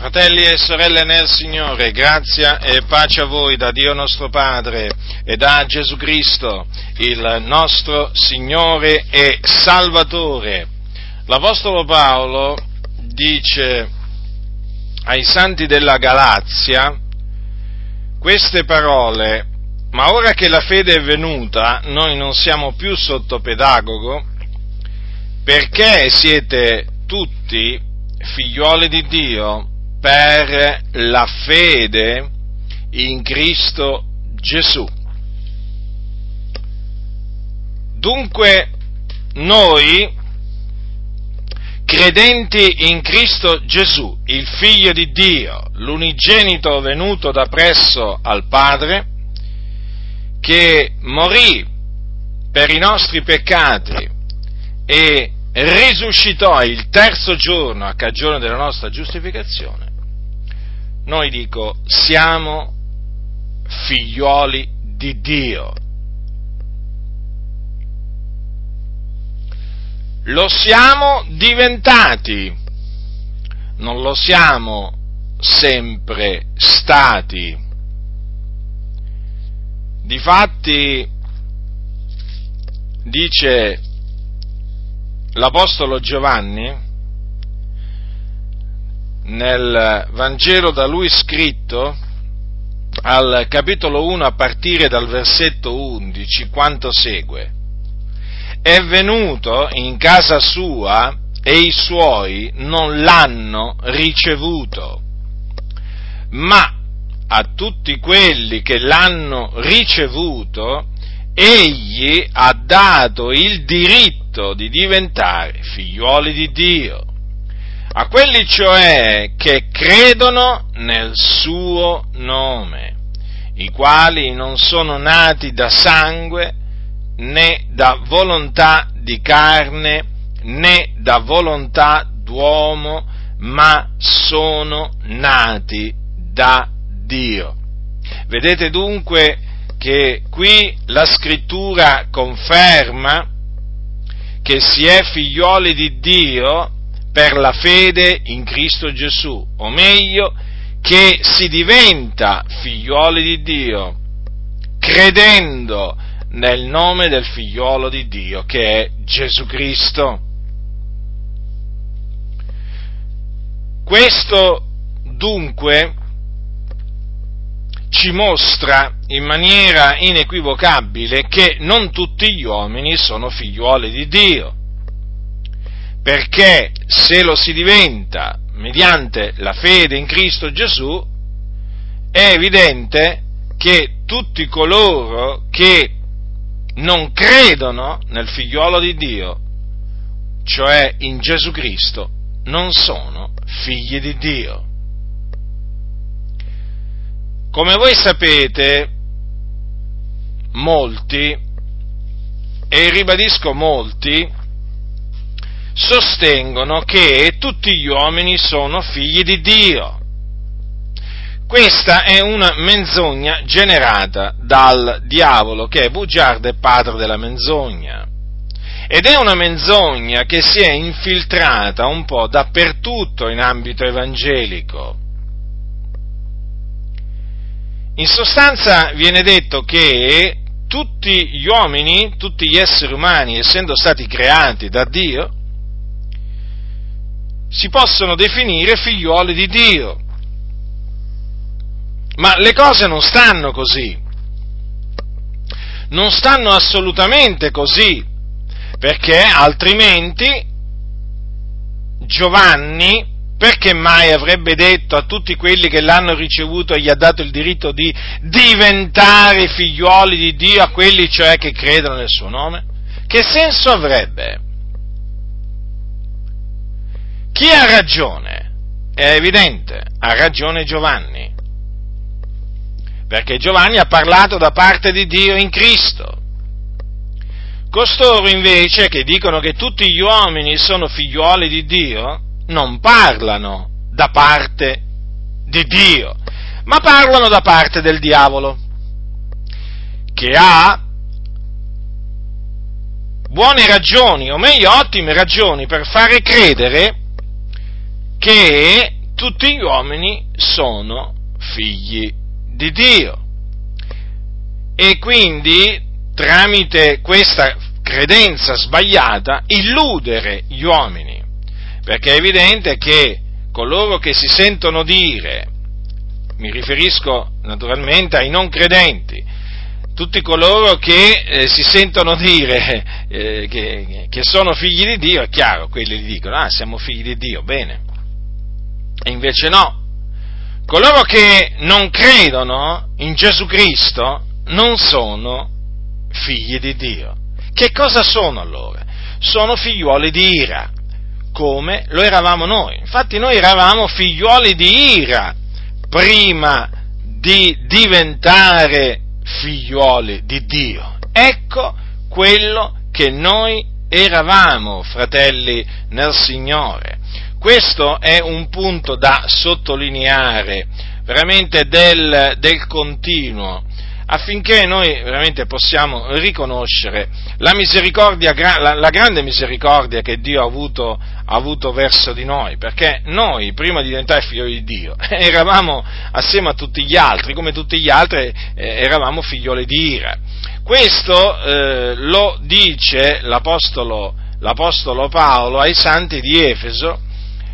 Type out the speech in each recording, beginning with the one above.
Fratelli e sorelle nel Signore, grazia e pace a voi da Dio nostro Padre e da Gesù Cristo, il nostro Signore e Salvatore. L'Apostolo Paolo dice ai santi della Galazia queste parole: ma ora che la fede è venuta, noi non siamo più sotto pedagogo, perché siete tutti figliuoli di Dio per la fede in Cristo Gesù. Dunque noi, credenti in Cristo Gesù, il Figlio di Dio, l'unigenito venuto da presso al Padre, che morì per i nostri peccati e risuscitò il terzo giorno a cagione della nostra giustificazione, noi siamo figlioli di Dio. Lo siamo diventati, non lo siamo sempre stati. Difatti, dice l'Apostolo Giovanni, nel Vangelo da lui scritto, al capitolo 1, a partire dal versetto 11, quanto segue: è venuto in casa sua e i suoi non l'hanno ricevuto, ma a tutti quelli che l'hanno ricevuto egli ha dato il diritto di diventare figliuoli di Dio, a quelli cioè che credono nel suo nome, i quali non sono nati da sangue, né da volontà di carne, né da volontà d'uomo, ma sono nati da Dio. Vedete dunque che qui la Scrittura conferma che si è figlioli di Dio per la fede in Cristo Gesù, o meglio, che si diventa figlioli di Dio credendo nel nome del figliolo di Dio, che è Gesù Cristo. Questo dunque ci mostra in maniera inequivocabile che non tutti gli uomini sono figliuoli di Dio, perché se lo si diventa mediante la fede in Cristo Gesù, è evidente che tutti coloro che non credono nel figliuolo di Dio, cioè in Gesù Cristo, non sono figli di Dio. Come voi sapete, molti, e ribadisco molti, sostengono che tutti gli uomini sono figli di Dio. Questa è una menzogna generata dal diavolo, che è bugiardo e padre della menzogna. Ed è una menzogna che si è infiltrata un po' dappertutto in ambito evangelico. In sostanza viene detto che tutti gli uomini, tutti gli esseri umani, essendo stati creati da Dio, si possono definire figliuoli di Dio. Ma le cose non stanno così, non stanno assolutamente così, perché altrimenti Giovanni, perché mai avrebbe detto a tutti quelli che l'hanno ricevuto e gli ha dato il diritto di diventare figliuoli di Dio, a quelli cioè che credono nel suo nome? Che senso avrebbe? Chi ha ragione? È evidente, ha ragione Giovanni, perché Giovanni ha parlato da parte di Dio in Cristo. Costoro invece, che dicono che tutti gli uomini sono figliuoli di Dio, non parlano da parte di Dio, ma parlano da parte del diavolo, che ha buone ragioni, o meglio ottime ragioni, per fare credere che tutti gli uomini sono figli di Dio. E quindi, tramite questa credenza sbagliata, illudere gli uomini, perché è evidente che coloro che si sentono dire, mi riferisco naturalmente ai non credenti, tutti coloro che si sentono dire che sono figli di Dio, è chiaro, quelli gli dicono, siamo figli di Dio, bene, e invece no. Coloro che non credono in Gesù Cristo non sono figli di Dio. Che cosa sono allora? Sono figliuoli di ira, come lo eravamo noi. Infatti noi eravamo figliuoli di ira prima di diventare figliuoli di Dio. Ecco quello che noi eravamo, fratelli nel Signore. Questo è un punto da sottolineare, veramente del continuo, affinché noi veramente possiamo riconoscere la misericordia, la grande misericordia che Dio ha avuto verso di noi, perché noi, prima di diventare figlioli di Dio, eravamo assieme a tutti gli altri, come tutti gli altri, eravamo figlioli di ira. Questo lo dice l'Apostolo Paolo ai santi di Efeso,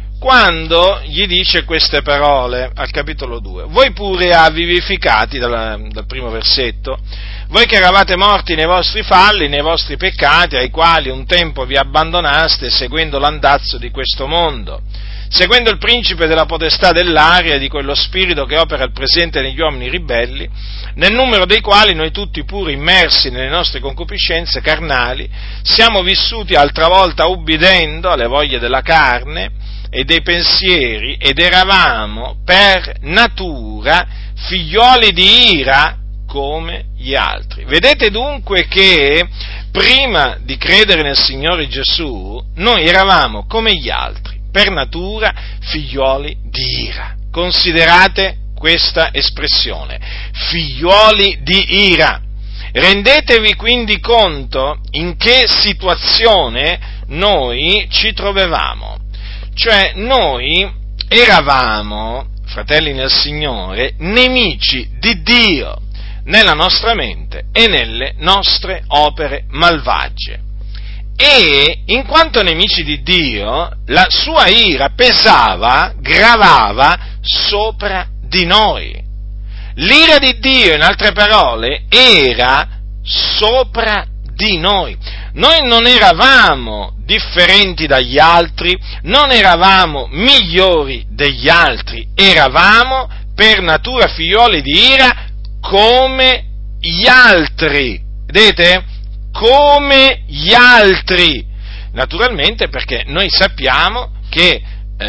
quando gli dice queste parole al capitolo 2: voi pure vivificati, dal primo versetto, voi che eravate morti nei vostri falli, nei vostri peccati, ai quali un tempo vi abbandonaste seguendo l'andazzo di questo mondo, seguendo il principe della potestà dell'aria e di quello spirito che opera al presente negli uomini ribelli, nel numero dei quali noi tutti pure immersi nelle nostre concupiscenze carnali siamo vissuti altra volta ubbidendo alle voglie della carne e dei pensieri, ed eravamo per natura figlioli di ira come gli altri. Vedete dunque che prima di credere nel Signore Gesù noi eravamo come gli altri, per natura figlioli di ira. Considerate questa espressione, figlioli di ira. Rendetevi quindi conto in che situazione noi ci trovavamo. Cioè noi eravamo, fratelli nel Signore, nemici di Dio nella nostra mente e nelle nostre opere malvagie. E in quanto nemici di Dio, la sua ira gravava sopra di noi. L'ira di Dio, in altre parole, era sopra di noi. Noi non eravamo differenti dagli altri, non eravamo migliori degli altri, eravamo per natura figlioli di ira come gli altri. Vedete? Come gli altri. Naturalmente, perché noi sappiamo che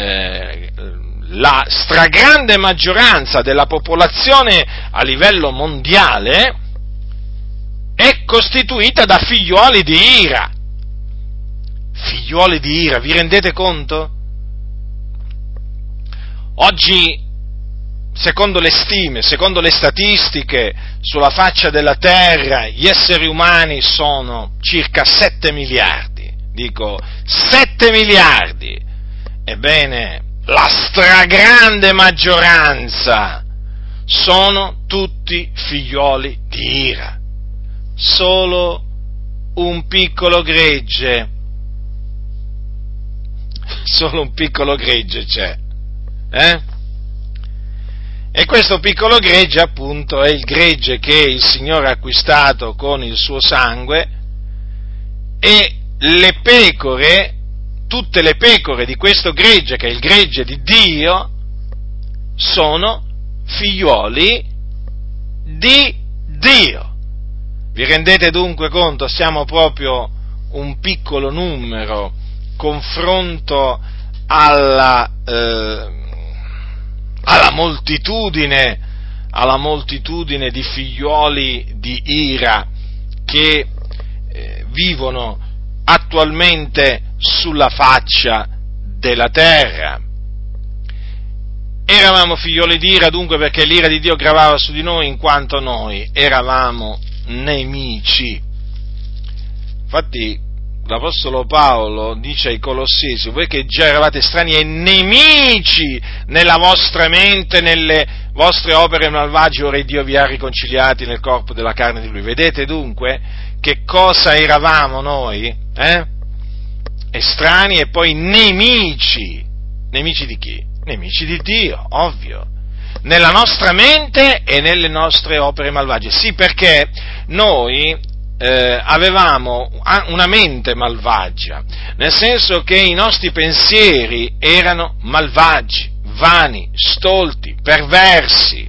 la stragrande maggioranza della popolazione a livello mondiale è costituita da figliuoli di ira. Figliuoli di ira, vi rendete conto? Oggi, secondo le stime, secondo le statistiche, sulla faccia della terra gli esseri umani sono circa 7 miliardi. Dico 7 miliardi. Ebbene, la stragrande maggioranza sono tutti figlioli di ira. Solo un piccolo gregge c'è, E questo piccolo gregge, appunto, è il gregge che il Signore ha acquistato con il suo sangue, e le pecore, tutte le pecore di questo gregge, che è il gregge di Dio, sono figliuoli di Dio. Vi rendete dunque conto? Siamo proprio un piccolo numero confronto alla moltitudine di figlioli di ira che vivono attualmente sulla faccia della terra. Eravamo figlioli di ira dunque perché l'ira di Dio gravava su di noi, in quanto noi eravamo nemici. Infatti l'Apostolo Paolo dice ai Colossesi: voi che già eravate strani e nemici nella vostra mente, nelle vostre opere malvagie, ora Dio vi ha riconciliati nel corpo della carne di Lui. Vedete dunque che cosa eravamo noi? Estranei e poi nemici. Nemici di chi? Nemici di Dio, ovvio. Nella nostra mente e nelle nostre opere malvagie. Sì, perché noi avevamo una mente malvagia, nel senso che i nostri pensieri erano malvagi, vani, stolti, perversi.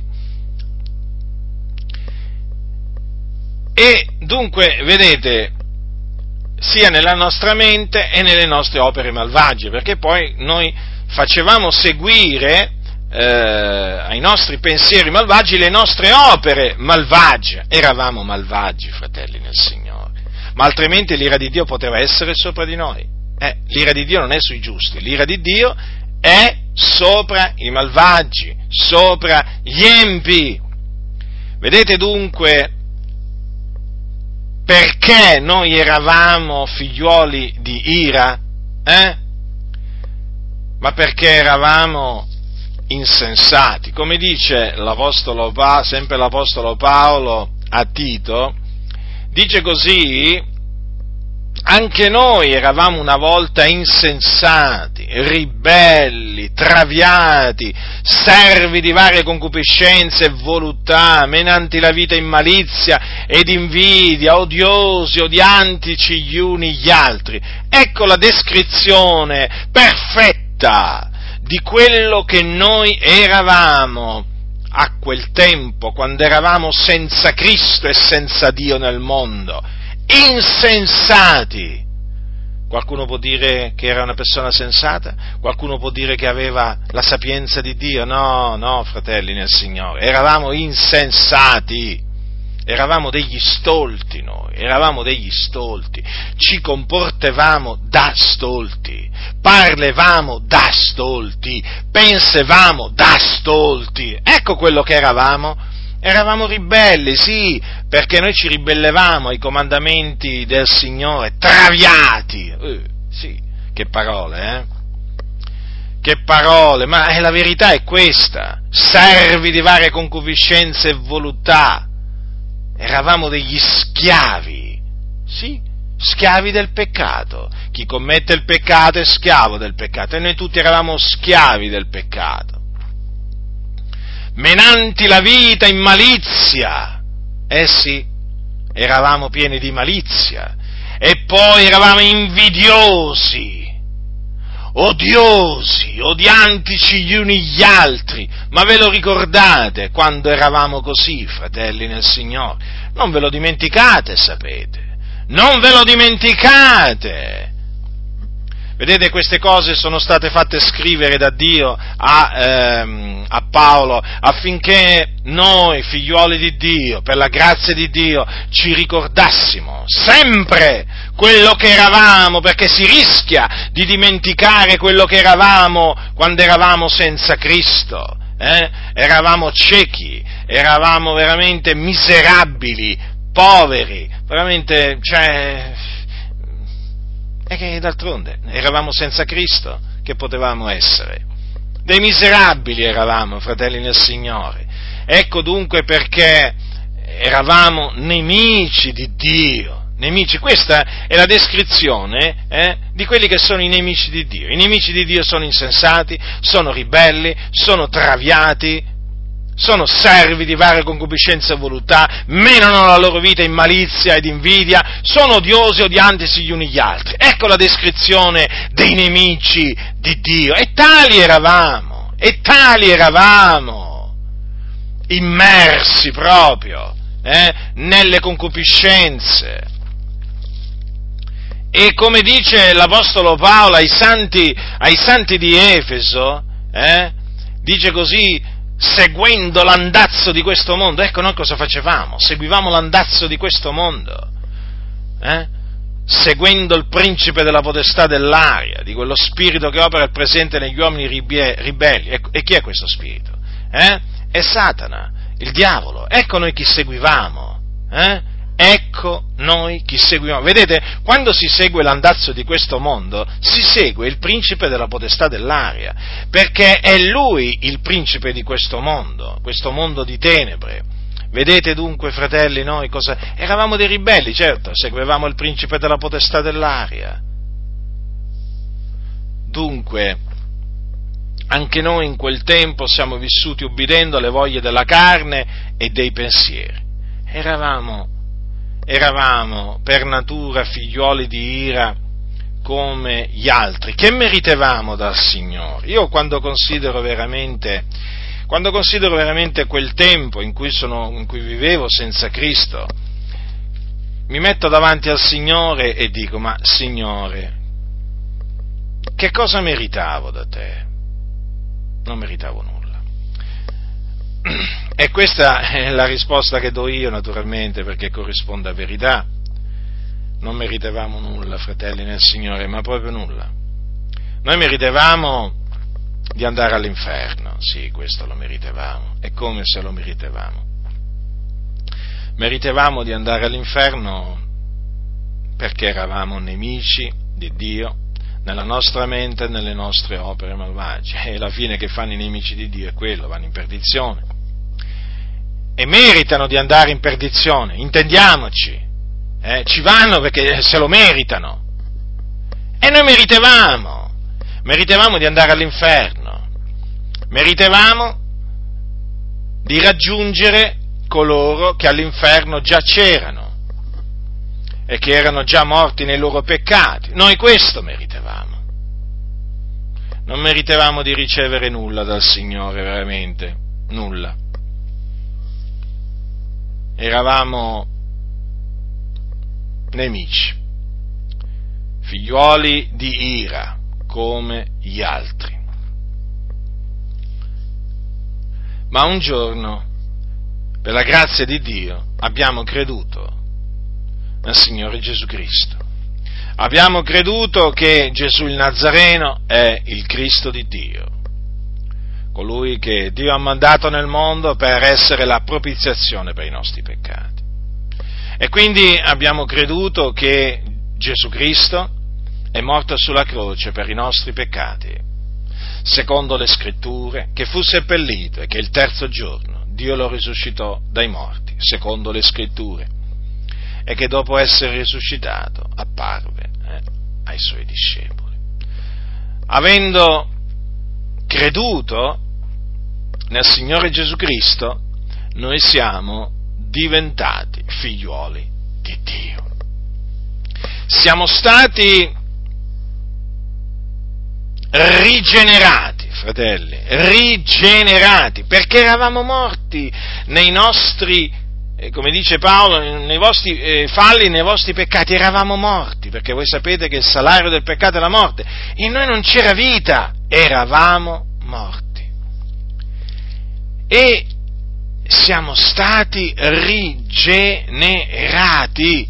E dunque, vedete, sia nella nostra mente e nelle nostre opere malvagie, perché poi noi facevamo seguire ai nostri pensieri malvagi le nostre opere malvagie. Eravamo malvagi, fratelli nel Signore, ma altrimenti l'ira di Dio poteva essere sopra di noi. L'ira di Dio non è sui giusti, l'ira di Dio è sopra i malvagi, sopra gli empi. Vedete dunque perché noi eravamo figliuoli di ira? Ma perché eravamo insensati. Come dice sempre l'Apostolo Paolo a Tito, dice così: anche noi eravamo una volta insensati, ribelli, traviati, servi di varie concupiscenze e voluttà, menanti la vita in malizia ed invidia, odiosi, odiantici gli uni gli altri. Ecco la descrizione perfetta di quello che noi eravamo a quel tempo, quando eravamo senza Cristo e senza Dio nel mondo, insensati. Qualcuno può dire che era una persona sensata? Qualcuno può dire che aveva la sapienza di Dio? No, fratelli nel Signore, eravamo insensati. Eravamo degli stolti noi, ci comportavamo da stolti, parlavamo da stolti, pensavamo da stolti. Ecco quello che eravamo ribelli, sì, perché noi ci ribellevamo ai comandamenti del Signore, traviati. Sì, che parole, Che parole, ma la verità è questa: servi di varie concupiscenze e voluttà. Eravamo degli schiavi, sì, schiavi del peccato. Chi commette il peccato è schiavo del peccato, e noi tutti eravamo schiavi del peccato. Menanti la vita in malizia, sì, eravamo pieni di malizia, e poi eravamo invidiosi, odiosi, odiantici gli uni gli altri. Ma ve lo ricordate quando eravamo così, fratelli nel Signore? Non ve lo dimenticate, sapete? Non ve lo dimenticate! Vedete, queste cose sono state fatte scrivere da Dio a Paolo affinché noi, figliuoli di Dio, per la grazia di Dio, ci ricordassimo sempre quello che eravamo, perché si rischia di dimenticare quello che eravamo quando eravamo senza Cristo. Eravamo ciechi, eravamo veramente miserabili, poveri, veramente, e che d'altronde eravamo senza Cristo, che potevamo essere? Dei miserabili eravamo, fratelli nel Signore. Ecco dunque perché eravamo nemici di Dio. Nemici, questa è la descrizione di quelli che sono i nemici di Dio. I nemici di Dio sono insensati, sono ribelli, sono traviati, sono servi di varie concupiscenze e voluttà, menano la loro vita in malizia ed invidia, sono odiosi, odiantisi gli uni gli altri. Ecco la descrizione dei nemici di Dio. E tali eravamo, immersi proprio nelle concupiscenze. E come dice l'Apostolo Paolo ai santi di Efeso, dice così: seguendo l'andazzo di questo mondo. Ecco, noi cosa facevamo? Seguivamo l'andazzo di questo mondo, seguendo il principe della potestà dell'aria, di quello spirito che opera il presente negli uomini ribelli. E chi è questo spirito? È Satana, il diavolo. Ecco noi chi seguivamo, ecco noi chi seguiamo. Vedete, quando si segue l'andazzo di questo mondo, si segue il principe della potestà dell'aria, perché è lui il principe di questo mondo di tenebre. Vedete dunque, fratelli, noi eravamo dei ribelli, certo, seguivamo il principe della potestà dell'aria. Dunque, anche noi in quel tempo siamo vissuti ubbidendo alle voglie della carne e dei pensieri. Eravamo per natura figliuoli di ira come gli altri, che meritevamo dal Signore. Io quando considero veramente quel tempo in cui vivevo senza Cristo, mi metto davanti al Signore e dico: ma Signore, che cosa meritavo da te? Non meritavo nulla. E questa è la risposta che do io, naturalmente, perché corrisponde a verità. Non meritavamo nulla, fratelli nel Signore, ma proprio nulla. Noi meritavamo di andare all'inferno, sì, questo lo meritavamo, e come se lo meritavamo. Meritavamo di andare all'inferno perché eravamo nemici di Dio, nella nostra mente e nelle nostre opere malvagie, e la fine che fanno i nemici di Dio è quello, vanno in perdizione. E meritano di andare in perdizione, intendiamoci, ci vanno perché se lo meritano. E noi meritavamo di andare all'inferno, meritavamo di raggiungere coloro che all'inferno già c'erano e che erano già morti nei loro peccati. Noi questo meritavamo. Non meritavamo di ricevere nulla dal Signore, veramente, nulla. Eravamo nemici, figliuoli di ira, come gli altri. Ma un giorno, per la grazia di Dio, abbiamo creduto nel Signore Gesù Cristo. Abbiamo creduto che Gesù il Nazareno è il Cristo di Dio, colui che Dio ha mandato nel mondo per essere la propiziazione per i nostri peccati. E quindi abbiamo creduto che Gesù Cristo è morto sulla croce per i nostri peccati, secondo le Scritture, che fu seppellito e che il terzo giorno Dio lo risuscitò dai morti, secondo le Scritture, e che dopo essere risuscitato apparve ai suoi discepoli. Avendo creduto nel Signore Gesù Cristo, noi siamo diventati figliuoli di Dio. Siamo stati rigenerati, fratelli, rigenerati, perché eravamo morti nei nostri, come dice Paolo, nei vostri falli, nei vostri peccati, eravamo morti, perché voi sapete che il salario del peccato è la morte, in noi non c'era vita, eravamo morti. E siamo stati rigenerati.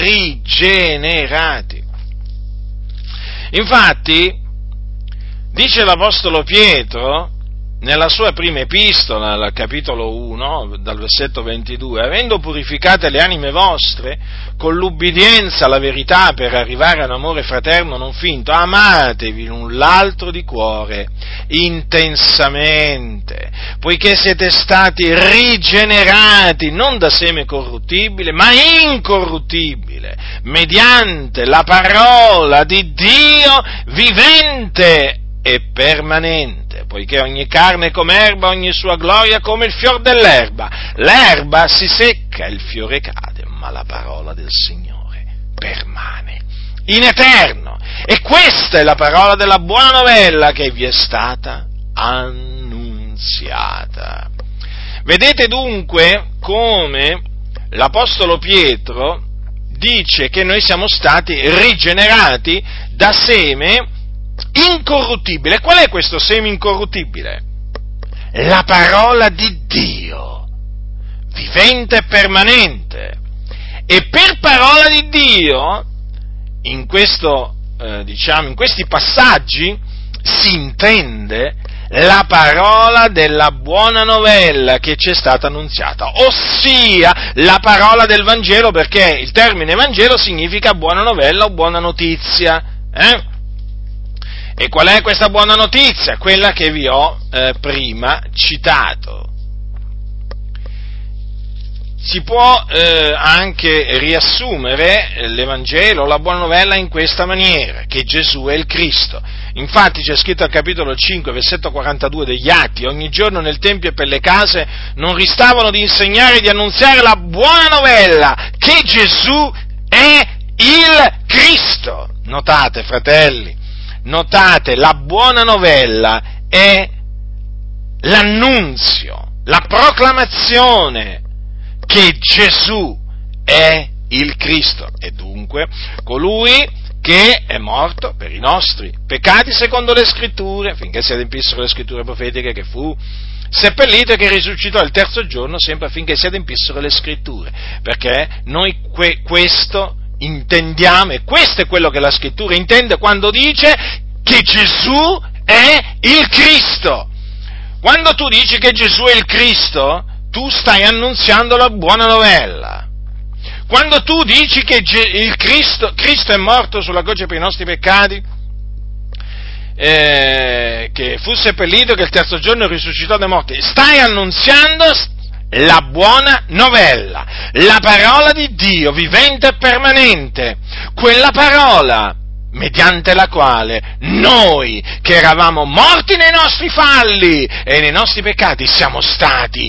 Infatti, dice l'Apostolo Pietro, nella sua prima epistola, al capitolo 1, dal versetto 22, avendo purificate le anime vostre con l'ubbidienza alla verità per arrivare a un amore fraterno non finto, amatevi l'un l'altro di cuore intensamente, poiché siete stati rigenerati non da seme corruttibile, ma incorruttibile, mediante la parola di Dio vivente e permanente, poiché ogni carne è come erba, ogni sua gloria come il fior dell'erba. L'erba si secca, il fiore cade, ma la parola del Signore permane in eterno. E questa è la parola della buona novella che vi è stata annunziata. Vedete dunque come l'Apostolo Pietro dice che noi siamo stati rigenerati da seme incorruttibile. Qual è questo seme incorruttibile? La parola di Dio, vivente e permanente. E per parola di Dio, in questi passaggi, si intende la parola della buona novella che ci è stata annunziata, ossia la parola del Vangelo, perché il termine Vangelo significa buona novella o buona notizia. E qual è questa buona notizia? Quella che vi ho prima citato. Si può anche riassumere l'Evangelo, la buona novella, in questa maniera, che Gesù è il Cristo. Infatti c'è scritto al capitolo 5, versetto 42 degli Atti: ogni giorno nel Tempio e per le case non ristavano di insegnare e di annunziare la buona novella, che Gesù è il Cristo. Notate, fratelli, notate, la buona novella è l'annunzio, la proclamazione che Gesù è il Cristo, e dunque colui che è morto per i nostri peccati secondo le Scritture, affinché si adempissero le Scritture profetiche, che fu seppellito e che risuscitò il terzo giorno, sempre affinché si adempissero le Scritture, perché noi questo intendiamo, e questo è quello che la Scrittura intende quando dice che Gesù è il Cristo. Quando tu dici che Gesù è il Cristo, tu stai annunziando la buona novella. Quando tu dici che il Cristo è morto sulla croce per i nostri peccati, che fu seppellito, che il terzo giorno risuscitò dai morti, stai annunziando la buona novella, la parola di Dio vivente e permanente, quella parola mediante la quale noi, che eravamo morti nei nostri falli e nei nostri peccati, siamo stati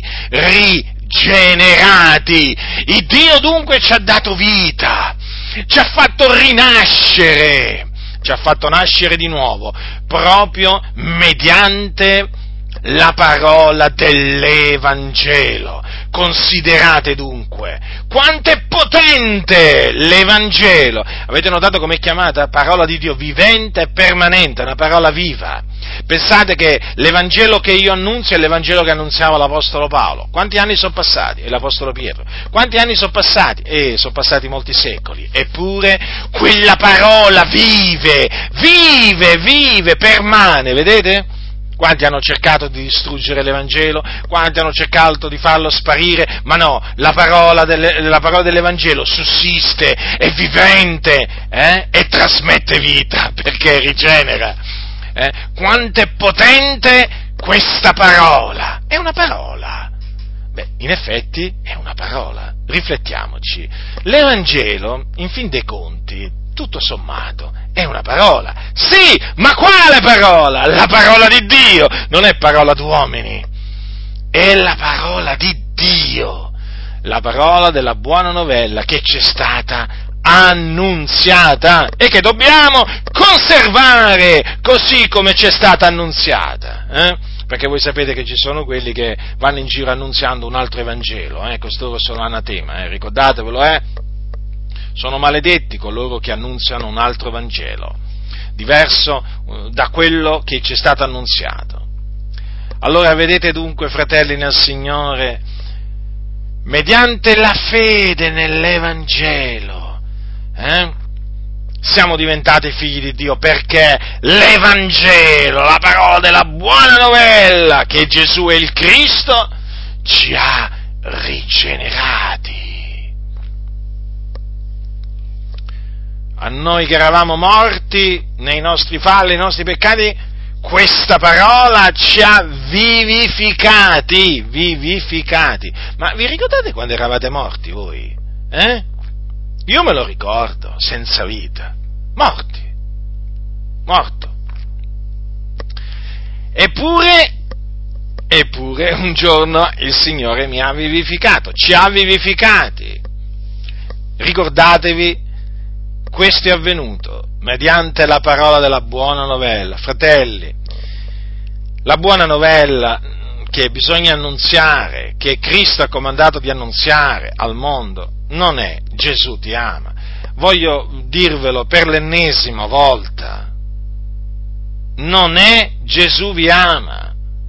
rigenerati. Il Dio dunque ci ha dato vita, ci ha fatto rinascere, ci ha fatto nascere di nuovo, proprio mediante la parola dell'Evangelo. Considerate dunque quanto è potente l'Evangelo. Avete notato com'è chiamata? Parola di Dio vivente e permanente, una parola viva. Pensate che l'Evangelo che io annunzio è l'Evangelo che annunziava l'Apostolo Paolo. Quanti anni sono passati? E l'Apostolo Pietro. Quanti anni sono passati? Sono passati molti secoli. Eppure quella parola vive, permane, vedete? Quanti hanno cercato di distruggere l'Evangelo, quanti hanno cercato di farlo sparire, ma no, la parola dell'Evangelo sussiste, è vivente, e trasmette vita, perché rigenera. Quanto è potente questa parola! È una parola! Beh, in effetti è una parola. Riflettiamoci. L'Evangelo, in fin dei conti, tutto sommato, è una parola. Sì, ma quale parola? La parola di Dio, non è parola d'uomini, è la parola di Dio, la parola della buona novella che ci è stata annunziata e che dobbiamo conservare così come ci è stata annunziata, Perché voi sapete che ci sono quelli che vanno in giro annunziando un altro Evangelo, costoro sono anatema, ricordatevelo, sono maledetti coloro che annunziano un altro Vangelo, diverso da quello che ci è stato annunziato. Allora vedete dunque, fratelli nel Signore, mediante la fede nell'Evangelo, siamo diventati figli di Dio, perché l'Evangelo, la parola della buona novella, che Gesù è il Cristo, ci ha rigenerati. A noi che eravamo morti nei nostri falli, nei nostri peccati, questa parola ci ha vivificati. Ma vi ricordate quando eravate morti voi? Io me lo ricordo, senza vita, morto. Eppure un giorno il Signore mi ha vivificato, ci ha vivificati. Ricordatevi, questo è avvenuto mediante la parola della buona novella. Fratelli, la buona novella che bisogna annunziare, che Cristo ha comandato di annunziare al mondo, non è Gesù ti ama. Voglio dirvelo per l'ennesima volta. Non è Gesù vi ama,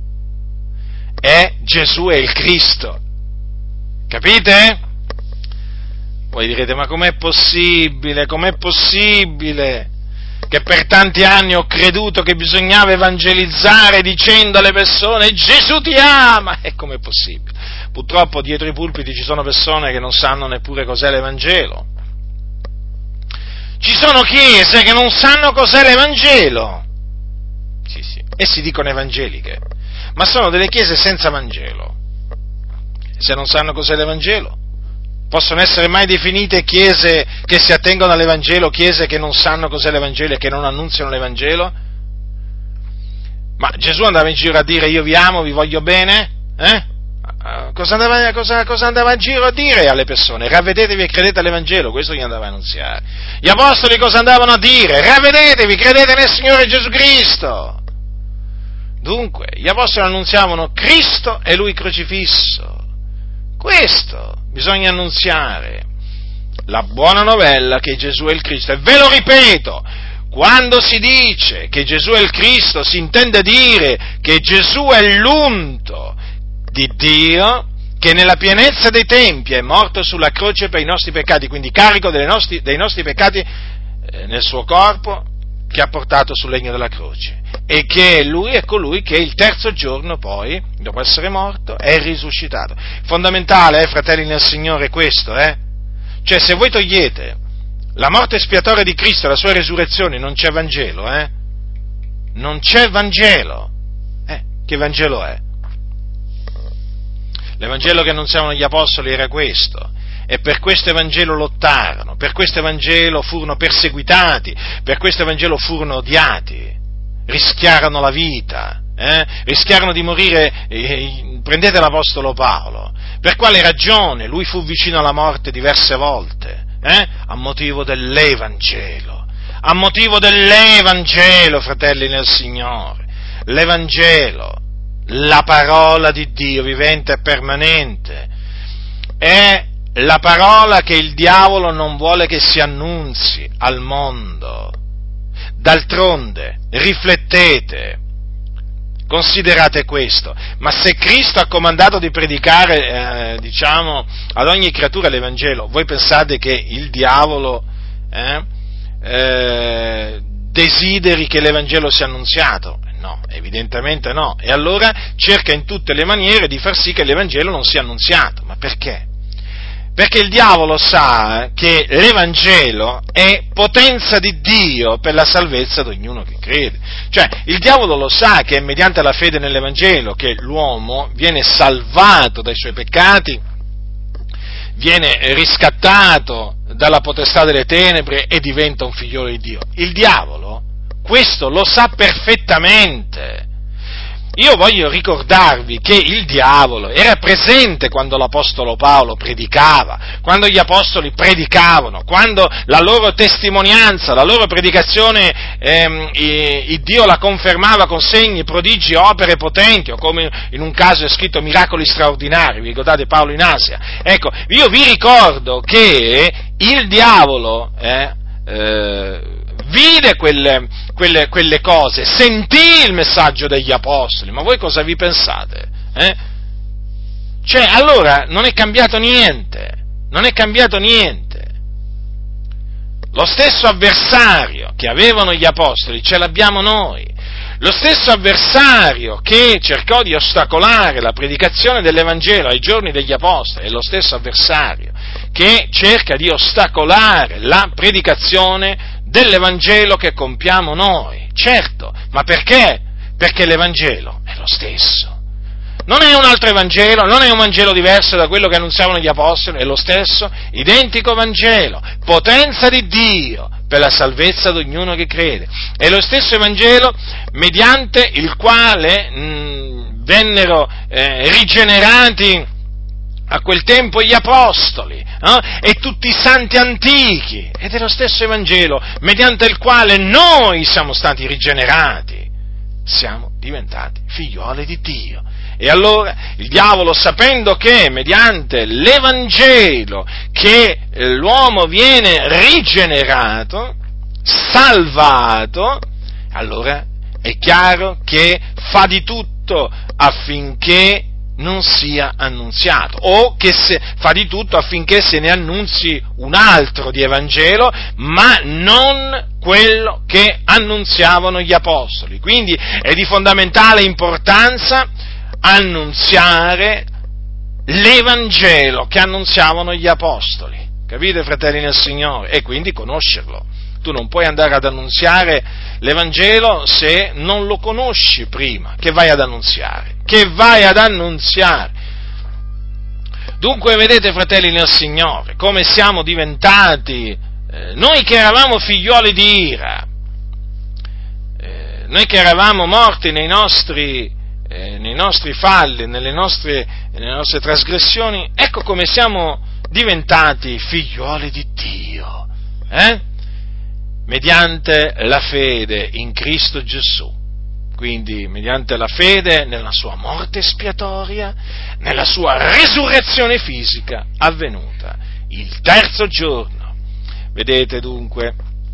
è Gesù è il Cristo. Capite? Voi direte, ma com'è possibile? che per tanti anni ho creduto che bisognava evangelizzare dicendo alle persone Gesù ti ama, e com'è possibile? Purtroppo dietro i pulpiti ci sono persone che non sanno neppure cos'è l'Evangelo. Ci sono chiese che non sanno cos'è l'Evangelo. Sì, e si dicono evangeliche, ma sono delle chiese senza Vangelo. Se non sanno cos'è l'Evangelo, possono essere mai definite chiese che si attengono all'Evangelo, chiese che non sanno cos'è l'Evangelo e che non annunziano l'Evangelo? Ma Gesù andava in giro a dire io vi amo, vi voglio bene? Cosa andava in giro a dire alle persone? Ravvedetevi e credete all'Evangelo, questo gli andava a annunziare. Gli apostoli cosa andavano a dire? Ravvedetevi, credete nel Signore Gesù Cristo. Dunque, gli apostoli annunziavano Cristo e Lui crocifisso. Questo bisogna annunziare, la buona novella che Gesù è il Cristo. E ve lo ripeto, quando si dice che Gesù è il Cristo, si intende dire che Gesù è l'unto di Dio, che nella pienezza dei tempi è morto sulla croce per i nostri peccati, quindi carico dei nostri peccati nel suo corpo, che ha portato sul legno della croce, e che Lui è colui che il terzo giorno poi, dopo essere morto, è risuscitato. Fondamentale, fratelli nel Signore, questo, Cioè, se voi togliete la morte espiatoria di Cristo e la sua resurrezione, non c'è Vangelo, Non c'è Vangelo. Che Vangelo è? L'Evangelo che annunziavano gli apostoli era questo, e per questo Evangelo lottarono, per questo Evangelo furono perseguitati, per questo Evangelo furono odiati, rischiarono la vita, rischiarono di morire. Prendete l'Apostolo Paolo, per quale ragione lui fu vicino alla morte diverse volte? A motivo dell'Evangelo, fratelli nel Signore. L'Evangelo, la parola di Dio vivente e permanente, è la parola che il diavolo non vuole che si annunzi al mondo. D'altronde, riflettete, considerate questo, ma se Cristo ha comandato di predicare, ad ogni creatura l'Evangelo, voi pensate che il diavolo desideri che l'Evangelo sia annunziato? No, evidentemente no, e allora cerca in tutte le maniere di far sì che l'Evangelo non sia annunziato. Ma perché? Perché il diavolo sa che l'Evangelo è potenza di Dio per la salvezza di ognuno che crede. Cioè, il diavolo lo sa che è mediante la fede nell'Evangelo che l'uomo viene salvato dai suoi peccati, viene riscattato dalla potestà delle tenebre e diventa un figliolo di Dio. Il diavolo questo lo sa perfettamente. Io voglio ricordarvi che il diavolo era presente quando l'Apostolo Paolo predicava, quando gli Apostoli predicavano, quando la loro testimonianza, la loro predicazione, il Dio la confermava con segni, prodigi, opere potenti, o come in un caso è scritto miracoli straordinari. Vi ricordate Paolo in Asia? Ecco, io vi ricordo che il diavolo vide quelle cose, sentì il messaggio degli apostoli, ma voi cosa vi pensate? Cioè, allora, non è cambiato niente. Lo stesso avversario che avevano gli apostoli ce l'abbiamo noi. Lo stesso avversario che cercò di ostacolare la predicazione dell'Evangelo ai giorni degli apostoli è lo stesso avversario che cerca di ostacolare la predicazione dell'Evangelo che compiamo noi. Certo, ma perché? Perché l'Evangelo è lo stesso. Non è un altro Evangelo, non è un Vangelo diverso da quello che annunziavano gli Apostoli, è lo stesso, identico Vangelo, potenza di Dio per la salvezza di ognuno che crede. È lo stesso Evangelo mediante il quale vennero rigenerati a quel tempo gli Apostoli e tutti i santi antichi, ed è lo stesso Evangelo mediante il quale noi siamo stati rigenerati, siamo diventati figlioli di Dio. E allora il diavolo, sapendo che mediante l'Evangelo che l'uomo viene rigenerato, salvato, allora è chiaro che fa di tutto affinché non sia annunziato, o che fa di tutto affinché se ne annunzi un altro di Evangelo, ma non quello che annunziavano gli apostoli. Quindi è di fondamentale importanza annunziare l'Evangelo che annunziavano gli apostoli. Capite, fratelli nel Signore? E quindi conoscerlo. Tu non puoi andare ad annunziare l'Evangelo se non lo conosci prima. Che vai ad annunziare? Dunque, vedete, fratelli nel Signore, come siamo diventati, noi che eravamo figlioli di ira, noi che eravamo morti nei nostri falli, nelle nostre trasgressioni, ecco come siamo diventati figlioli di Dio, mediante la fede in Cristo Gesù. Quindi, mediante la fede nella sua morte espiatoria, nella sua risurrezione fisica avvenuta il terzo giorno. Vedete dunque,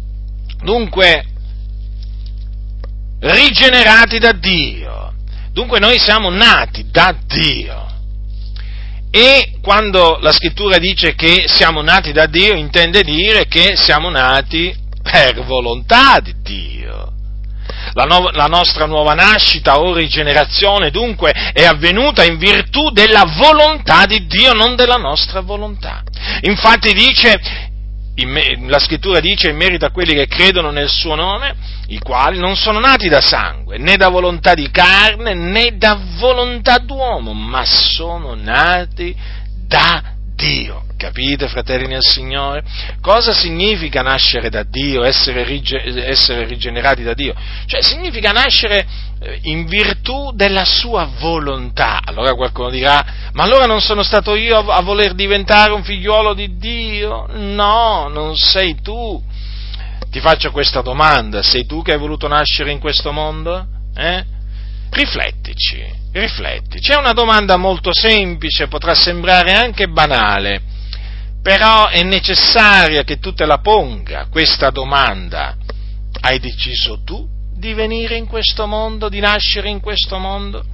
rigenerati da Dio. Dunque noi siamo nati da Dio. E quando la Scrittura dice che siamo nati da Dio, intende dire che siamo nati per volontà di Dio. La nostra nuova nascita o rigenerazione, dunque, è avvenuta in virtù della volontà di Dio, non della nostra volontà. Infatti la Scrittura dice in merito a quelli che credono nel suo nome, i quali non sono nati da sangue, né da volontà di carne, né da volontà d'uomo, ma sono nati da Dio. Capite, fratelli nel Signore? Cosa significa nascere da Dio, essere rigenerati da Dio? Cioè, significa nascere in virtù della sua volontà. Allora qualcuno dirà, ma allora non sono stato io a voler diventare un figliuolo di Dio? No, non sei tu. Ti faccio questa domanda: sei tu che hai voluto nascere in questo mondo? Riflettici. È una domanda molto semplice, potrà sembrare anche banale, però è necessaria che tu te la ponga questa domanda. Hai deciso tu di venire in questo mondo, di nascere in questo mondo?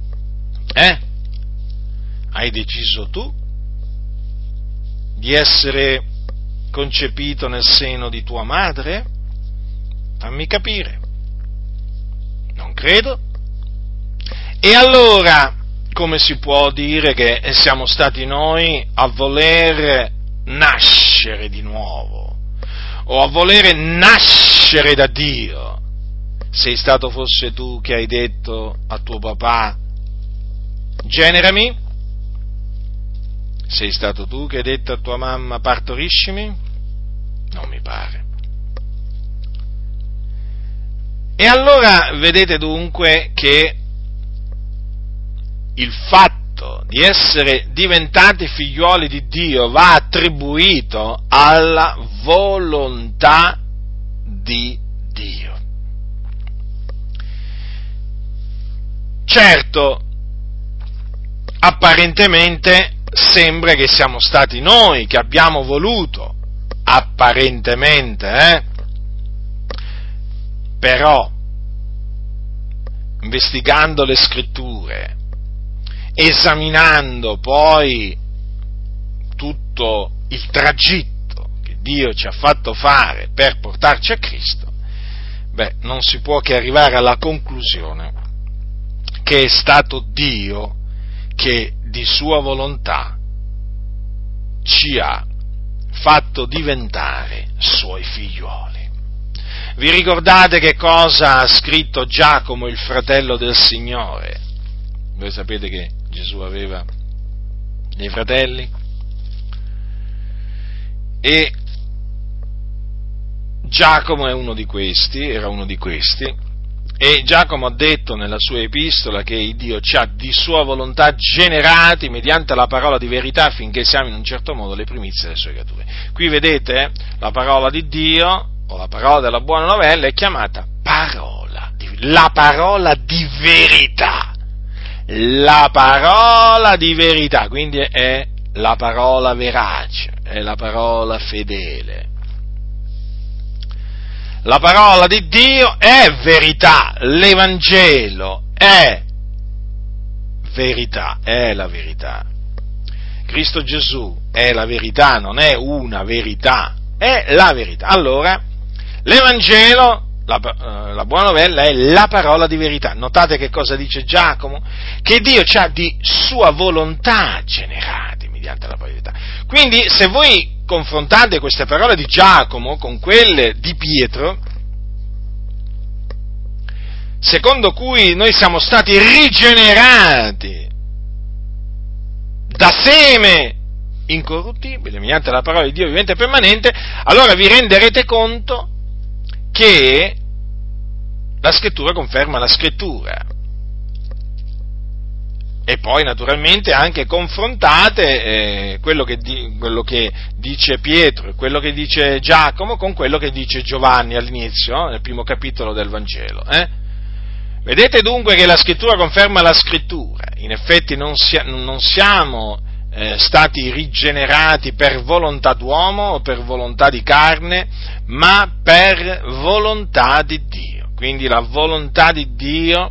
Hai deciso tu di essere concepito nel seno di tua madre? Fammi capire. Non credo. E allora, come si può dire che siamo stati noi a voler nascere di nuovo, o a volere nascere da Dio? Sei stato forse tu che hai detto a tuo papà, generami? Sei stato tu che hai detto a tua mamma, partoriscimi? Non mi pare. E allora vedete dunque che il fatto di essere diventati figliuoli di Dio va attribuito alla volontà di Dio. Certo, apparentemente sembra che siamo stati noi che abbiamo voluto, apparentemente, però, investigando le Scritture, esaminando poi tutto il tragitto che Dio ci ha fatto fare per portarci a Cristo, non si può che arrivare alla conclusione che è stato Dio che di sua volontà ci ha fatto diventare suoi figliuoli. Vi ricordate che cosa ha scritto Giacomo, il fratello del Signore? Voi sapete che Gesù aveva dei fratelli? E Giacomo era uno di questi, e Giacomo ha detto nella sua epistola che Dio ci ha di sua volontà generati mediante la parola di verità affinché siamo in un certo modo le primizie delle sue creature. Qui vedete, la parola di Dio, o la parola della buona novella, è chiamata la parola di verità. La parola di verità, quindi è la parola verace, è la parola fedele. La parola di Dio è verità, l'Evangelo è verità, è la verità. Cristo Gesù è la verità, non è una verità, è la verità. Allora, l'Evangelo, la buona novella, è la parola di verità. Notate che cosa dice Giacomo? Che Dio ci ha di sua volontà generati mediante la parola di verità. Quindi, se voi confrontate queste parole di Giacomo con quelle di Pietro, secondo cui noi siamo stati rigenerati da seme incorruttibile, mediante la parola di Dio vivente e permanente, allora vi renderete conto che la Scrittura conferma la Scrittura. E poi naturalmente anche confrontate quello che dice Pietro e quello che dice Giacomo con quello che dice Giovanni all'inizio, nel primo capitolo del Vangelo. Vedete dunque che la Scrittura conferma la Scrittura. In effetti non siamo stati rigenerati per volontà d'uomo o per volontà di carne, ma per volontà di Dio. Quindi la volontà di Dio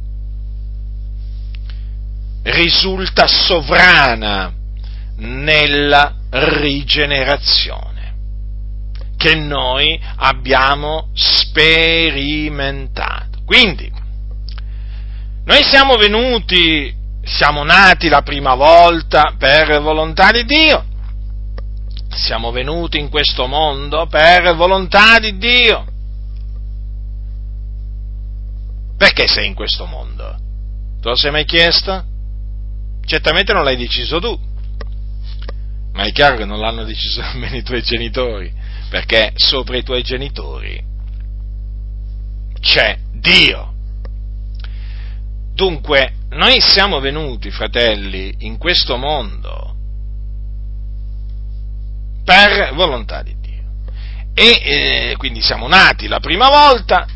risulta sovrana nella rigenerazione che noi abbiamo sperimentato. Quindi, noi siamo nati la prima volta per volontà di Dio, siamo venuti in questo mondo per volontà di Dio. Perché sei in questo mondo? Tu lo sei mai chiesto? Certamente non l'hai deciso tu, ma è chiaro che non l'hanno deciso nemmeno i tuoi genitori, perché sopra i tuoi genitori c'è Dio. Dunque, noi siamo venuti, fratelli, in questo mondo per volontà di Dio. E quindi siamo nati la prima volta,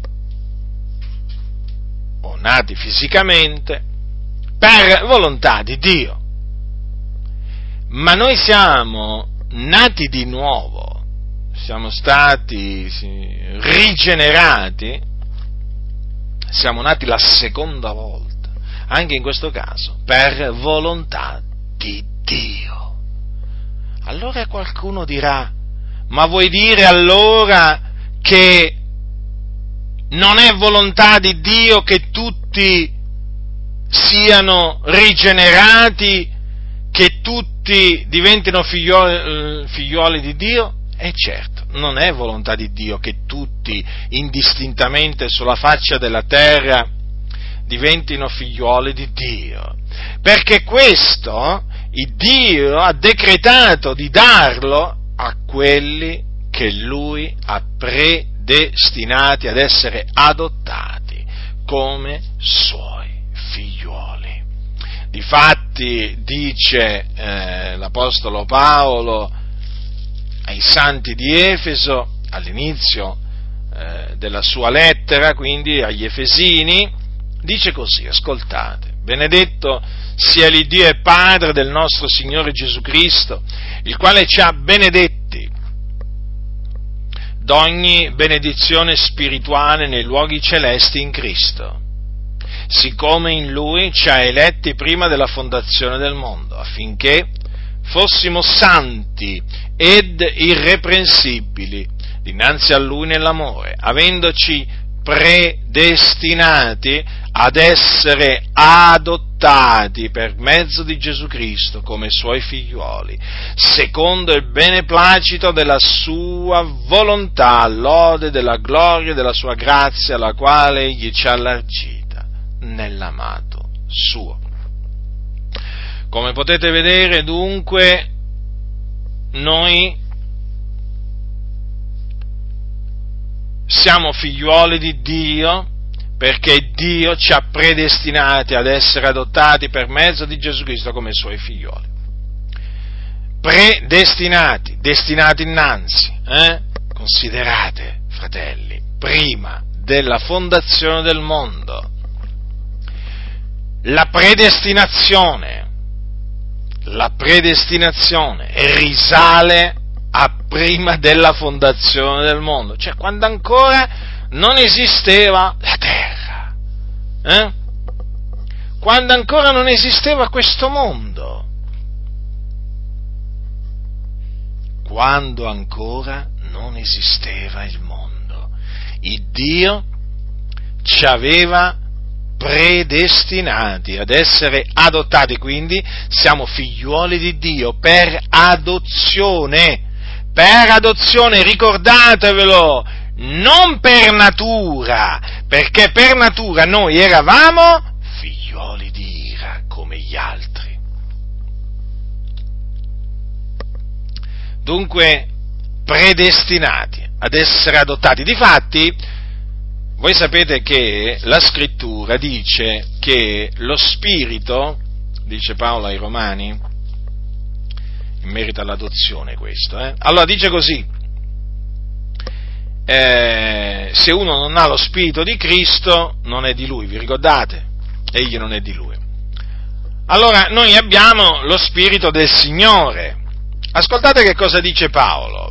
o nati fisicamente, per volontà di Dio. Ma noi siamo nati di nuovo, siamo stati rigenerati, siamo nati la seconda volta, anche in questo caso, per volontà di Dio. Allora qualcuno dirà, ma vuoi dire allora che non è volontà di Dio che tutti siano rigenerati, che tutti diventino figliuoli di Dio? E certo, non è volontà di Dio che tutti indistintamente sulla faccia della terra diventino figliuoli di Dio, perché questo il Dio ha decretato di darlo a quelli che Lui ha predestinati ad essere adottati come Suoi figliuoli. Difatti dice l'Apostolo Paolo ai santi di Efeso, all'inizio della sua lettera, quindi agli Efesini, dice così, ascoltate: benedetto sia l'Iddio e Padre del nostro Signore Gesù Cristo, il quale ci ha benedetti d'ogni benedizione spirituale nei luoghi celesti in Cristo, siccome in Lui ci ha eletti prima della fondazione del mondo, affinché fossimo santi ed irreprensibili dinanzi a Lui nell'amore, avendoci predestinati ad essere adottati per mezzo di Gesù Cristo come Suoi figliuoli, secondo il beneplacito della Sua volontà, all'ode della gloria e della Sua grazia, la quale Egli ci ha allargita nell'amato Suo. Come potete vedere, dunque, noi siamo figliuoli di Dio perché Dio ci ha predestinati ad essere adottati per mezzo di Gesù Cristo come Suoi figlioli. Predestinati, destinati innanzi, Considerate, fratelli, prima della fondazione del mondo, la predestinazione risale a prima della fondazione del mondo, cioè quando ancora non esisteva la terra, quando ancora non esisteva questo mondo. Quando ancora non esisteva il mondo, il Dio ci aveva predestinati ad essere adottati, quindi siamo figliuoli di Dio per adozione, ricordatevelo, non per natura, perché per natura noi eravamo figlioli di ira come gli altri. Dunque, predestinati ad essere adottati. Difatti, voi sapete che la Scrittura dice che lo Spirito, dice Paolo ai Romani, in merito all'adozione questo, allora dice così, se uno non ha lo Spirito di Cristo, non è di Lui, vi ricordate? Egli non è di Lui. Allora, noi abbiamo lo Spirito del Signore. Ascoltate che cosa dice Paolo.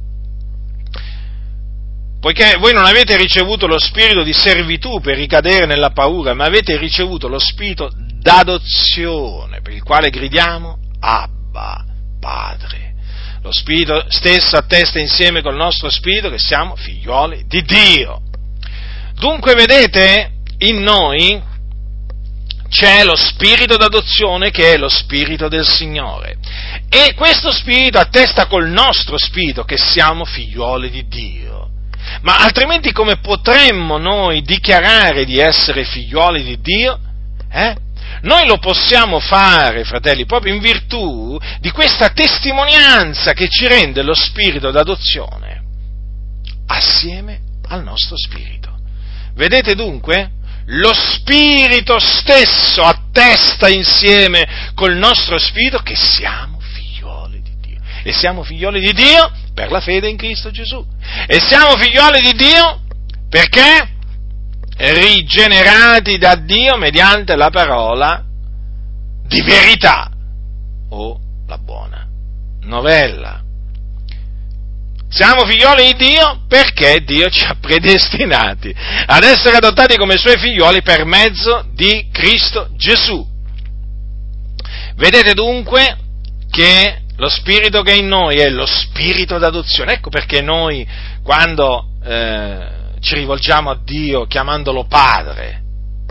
Poiché voi non avete ricevuto lo spirito di servitù per ricadere nella paura, ma avete ricevuto lo spirito d'adozione, per il quale gridiamo Abba, Padre. Lo spirito stesso attesta insieme col nostro spirito che siamo figlioli di Dio. Dunque, vedete, in noi c'è lo spirito d'adozione che è lo spirito del Signore. E questo spirito attesta col nostro spirito che siamo figlioli di Dio. Ma altrimenti come potremmo noi dichiarare di essere figlioli di Dio? Noi lo possiamo fare, fratelli, proprio in virtù di questa testimonianza che ci rende lo spirito d'adozione assieme al nostro spirito. Vedete dunque? Lo spirito stesso attesta insieme col nostro spirito che siamo figlioli di Dio. E siamo figlioli di Dio per la fede in Cristo Gesù. E siamo figlioli di Dio perché rigenerati da Dio mediante la parola di verità o la buona novella. Siamo figlioli di Dio perché Dio ci ha predestinati ad essere adottati come Suoi figlioli per mezzo di Cristo Gesù. Vedete dunque che lo spirito che è in noi è lo spirito d'adozione. Ecco perché noi, quando ci rivolgiamo a Dio chiamandolo Padre,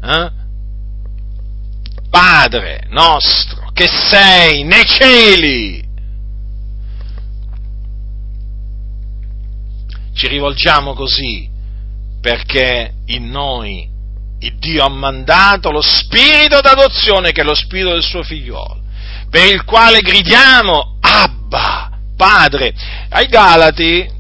Padre nostro che sei nei cieli, ci rivolgiamo così perché in noi il Dio ha mandato lo spirito d'adozione, che è lo spirito del suo figliolo, per il quale gridiamo Abba, Padre. Ai Galati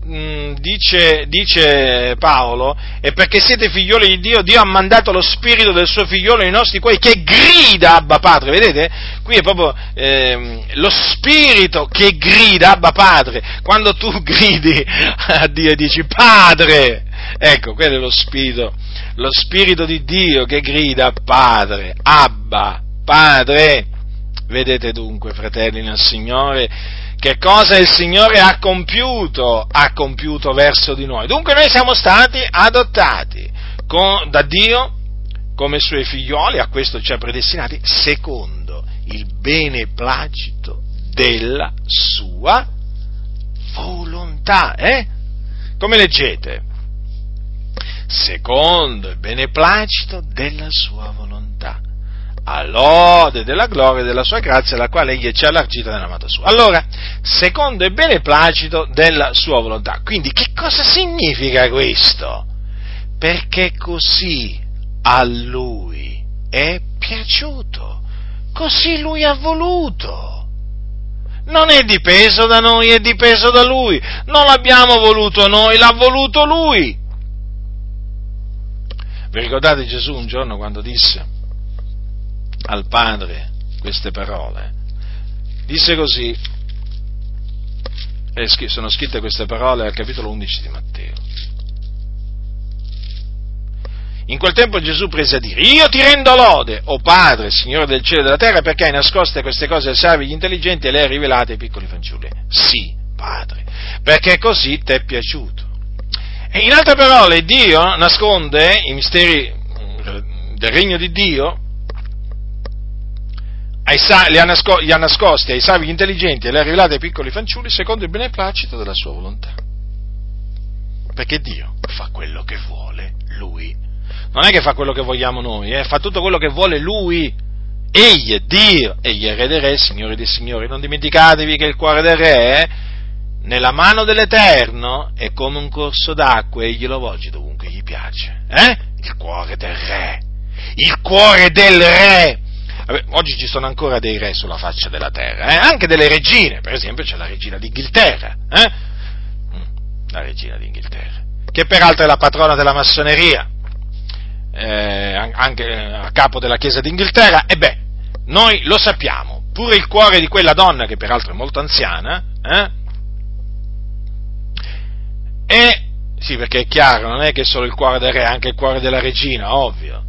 dice Paolo, e perché siete figlioli di Dio, Dio ha mandato lo spirito del suo figliolo nei nostri cuori che grida Abba Padre. Vedete? Qui è proprio lo spirito che grida Abba Padre. Quando tu gridi a Dio e dici Padre, ecco, quello è lo spirito di Dio che grida Padre, Abba, Padre. Vedete dunque, fratelli nel Signore, che cosa il Signore ha compiuto verso di noi. Dunque noi siamo stati adottati da Dio come Suoi figlioli, a questo ci ha predestinati, secondo il beneplacito della Sua volontà. Come leggete? Secondo il beneplacito della Sua volontà, all'ode della gloria e della Sua grazia, la quale Egli ci ha allargita nell'amato Suo. Allora, secondo il beneplacito della Sua volontà. Quindi, che cosa significa questo? Perché così a Lui è piaciuto, così Lui ha voluto. Non è dipeso da noi, è dipeso da Lui. Non l'abbiamo voluto noi, l'ha voluto Lui. Vi ricordate Gesù un giorno quando disse al Padre queste parole? Disse così, sono scritte queste parole al capitolo 11 di Matteo. In quel tempo Gesù prese a dire: io ti rendo lode, o Padre, Signore del cielo e della terra, perché hai nascoste queste cose ai savi e agli intelligenti e le hai rivelate ai piccoli fanciulli. Sì, Padre, perché così ti è piaciuto. E in altre parole, Dio nasconde i misteri del regno di Dio li ha nascosti ai savi intelligenti e li ha rivelati ai piccoli fanciulli secondo il beneplacito della sua volontà. Perché Dio fa quello che vuole Lui. Non è che fa quello che vogliamo noi, fa tutto quello che vuole Lui. Egli è Dio, egli è Re dei Re, Signore dei Signori. Non dimenticatevi che il cuore del Re, nella mano dell'Eterno, è come un corso d'acqua, egli lo volge dovunque gli piace. Il cuore del Re. Il cuore del Re. Vabbè, oggi ci sono ancora dei re sulla faccia della terra, anche delle regine, per esempio c'è la regina d'Inghilterra, la regina d'Inghilterra, che peraltro è la patrona della massoneria, anche a capo della Chiesa d'Inghilterra. Noi lo sappiamo, pure il cuore di quella donna, che peraltro è molto anziana, sì, perché è chiaro, non è che solo il cuore del re, anche il cuore della regina, ovvio.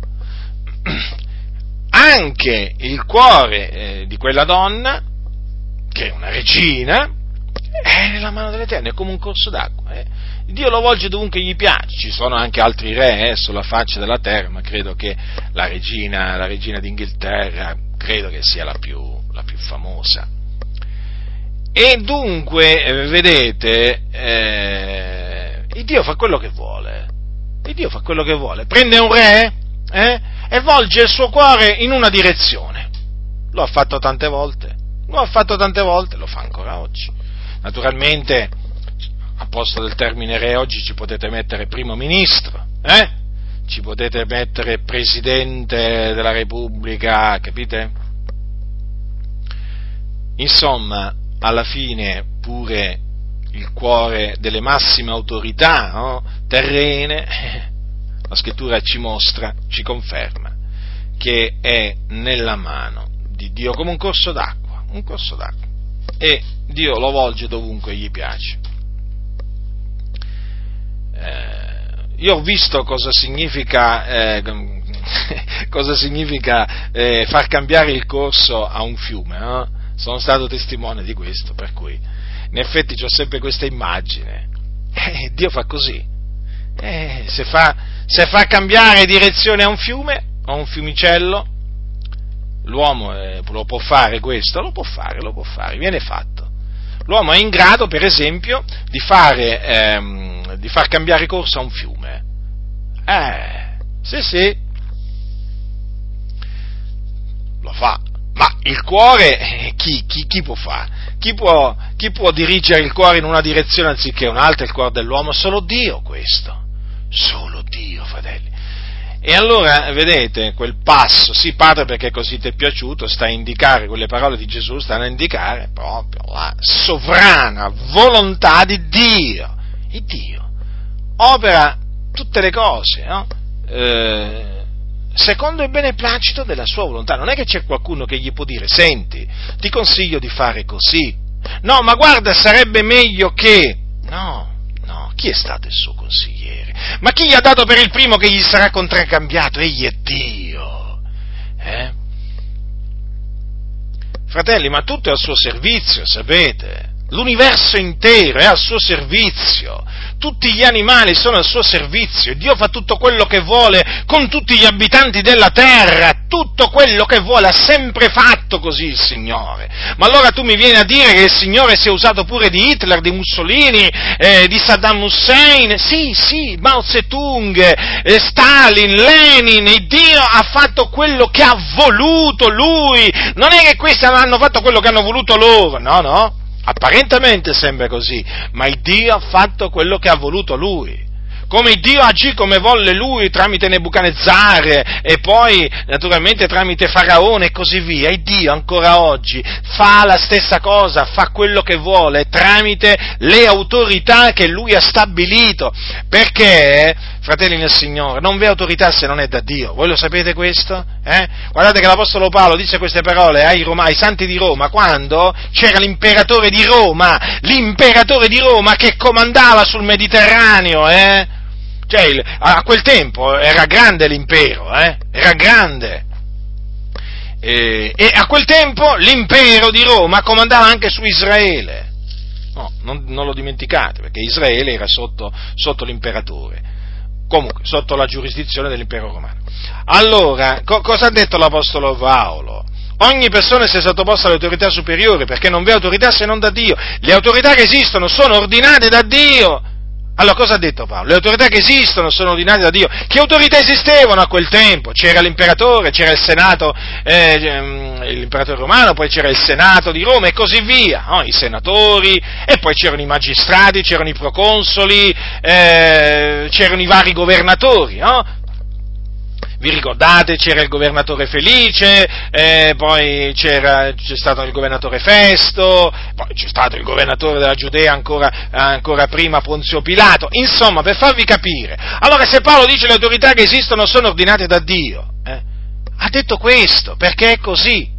Anche il cuore di quella donna, che è una regina, è nella mano dell'Eterno, è come un corso d'acqua. Dio lo volge dovunque gli piace. Ci sono anche altri re sulla faccia della terra, ma credo che la regina d'Inghilterra, credo che sia la più famosa. E dunque, vedete, il Dio fa quello che vuole. Il Dio fa quello che vuole. Prende un re, e volge il suo cuore in una direzione. Lo ha fatto tante volte, lo fa ancora oggi. Naturalmente, a posto del termine re oggi ci potete mettere primo ministro, ci potete mettere presidente della Repubblica, capite? Insomma, alla fine pure il cuore delle massime autorità, no, terrene, la scrittura ci mostra, ci conferma che è nella mano di Dio come un corso d'acqua, e Dio lo volge dovunque gli piace. Io ho visto cosa significa far cambiare il corso a un fiume, no? Sono stato testimone di questo, per cui in effetti c'ho sempre questa immagine. Dio fa così. Se fa cambiare direzione a un fiume, a un fiumicello, l'uomo lo può fare questo, lo può fare, viene fatto. L'uomo è in grado, per esempio, di far cambiare corso a un fiume. Sì, lo fa. Ma il cuore, chi può fare? Chi può dirigere il cuore in una direzione anziché un'altra? Il cuore dell'uomo? Solo Dio questo. Solo Dio, fratelli. E allora, vedete, quel passo, sì, Padre, perché così ti è piaciuto, sta a indicare, quelle parole di Gesù stanno a indicare proprio la sovrana volontà di Dio. Il Dio opera tutte le cose, no? Secondo il beneplacito della sua volontà. Non è che c'è qualcuno che gli può dire: senti, ti consiglio di fare così, no, ma guarda, sarebbe meglio che... No, chi è stato il suo consigliere? Ma chi gli ha dato per il primo che gli sarà contraccambiato? Egli è Dio. Fratelli, ma tutto è al suo servizio, sapete? L'universo intero è al suo servizio, tutti gli animali sono al suo servizio, Dio fa tutto quello che vuole con tutti gli abitanti della terra, tutto quello che vuole, ha sempre fatto così il Signore. Ma allora tu mi vieni a dire che il Signore si è usato pure di Hitler, di Mussolini, di Saddam Hussein, sì, Mao Zedong, Stalin, Lenin, e Dio ha fatto quello che ha voluto Lui, non è che questi hanno fatto quello che hanno voluto loro, no. Apparentemente sembra così, ma il Dio ha fatto quello che ha voluto Lui. Come Dio agì come volle Lui tramite Nebuchadnezzar e poi naturalmente tramite Faraone e così via, il Dio ancora oggi fa la stessa cosa, fa quello che vuole tramite le autorità che Lui ha stabilito, perché, fratelli nel Signore, non v'è autorità se non è da Dio. Voi lo sapete questo? Guardate che l'Apostolo Paolo dice queste parole ai santi di Roma quando c'era l'imperatore di Roma che comandava sul Mediterraneo, Cioè, a quel tempo era grande l'impero, era grande. E a quel tempo l'impero di Roma comandava anche su Israele. No, non lo dimenticate, perché Israele era sotto l'imperatore. Comunque, sotto la giurisdizione dell'impero romano. Allora, cosa ha detto l'Apostolo Paolo? ogni persona sia sottoposta all'autorità superiore, perché non v'è autorità se non da Dio. Le autorità che esistono sono ordinate da Dio. Allora cosa ha detto Paolo? Le autorità che esistono sono ordinate da Dio. Che autorità esistevano a quel tempo? C'era l'imperatore, c'era il senato, l'imperatore romano, poi c'era il senato di Roma e così via, no? I senatori, e poi c'erano i magistrati, c'erano i proconsoli, c'erano i vari governatori, no? Vi ricordate? C'era il governatore Felice, poi c'è stato il governatore Festo, poi c'è stato il governatore della Giudea ancora prima Ponzio Pilato. Insomma, per farvi capire, allora se Paolo dice le autorità che esistono sono ordinate da Dio, ha detto questo, perché è così,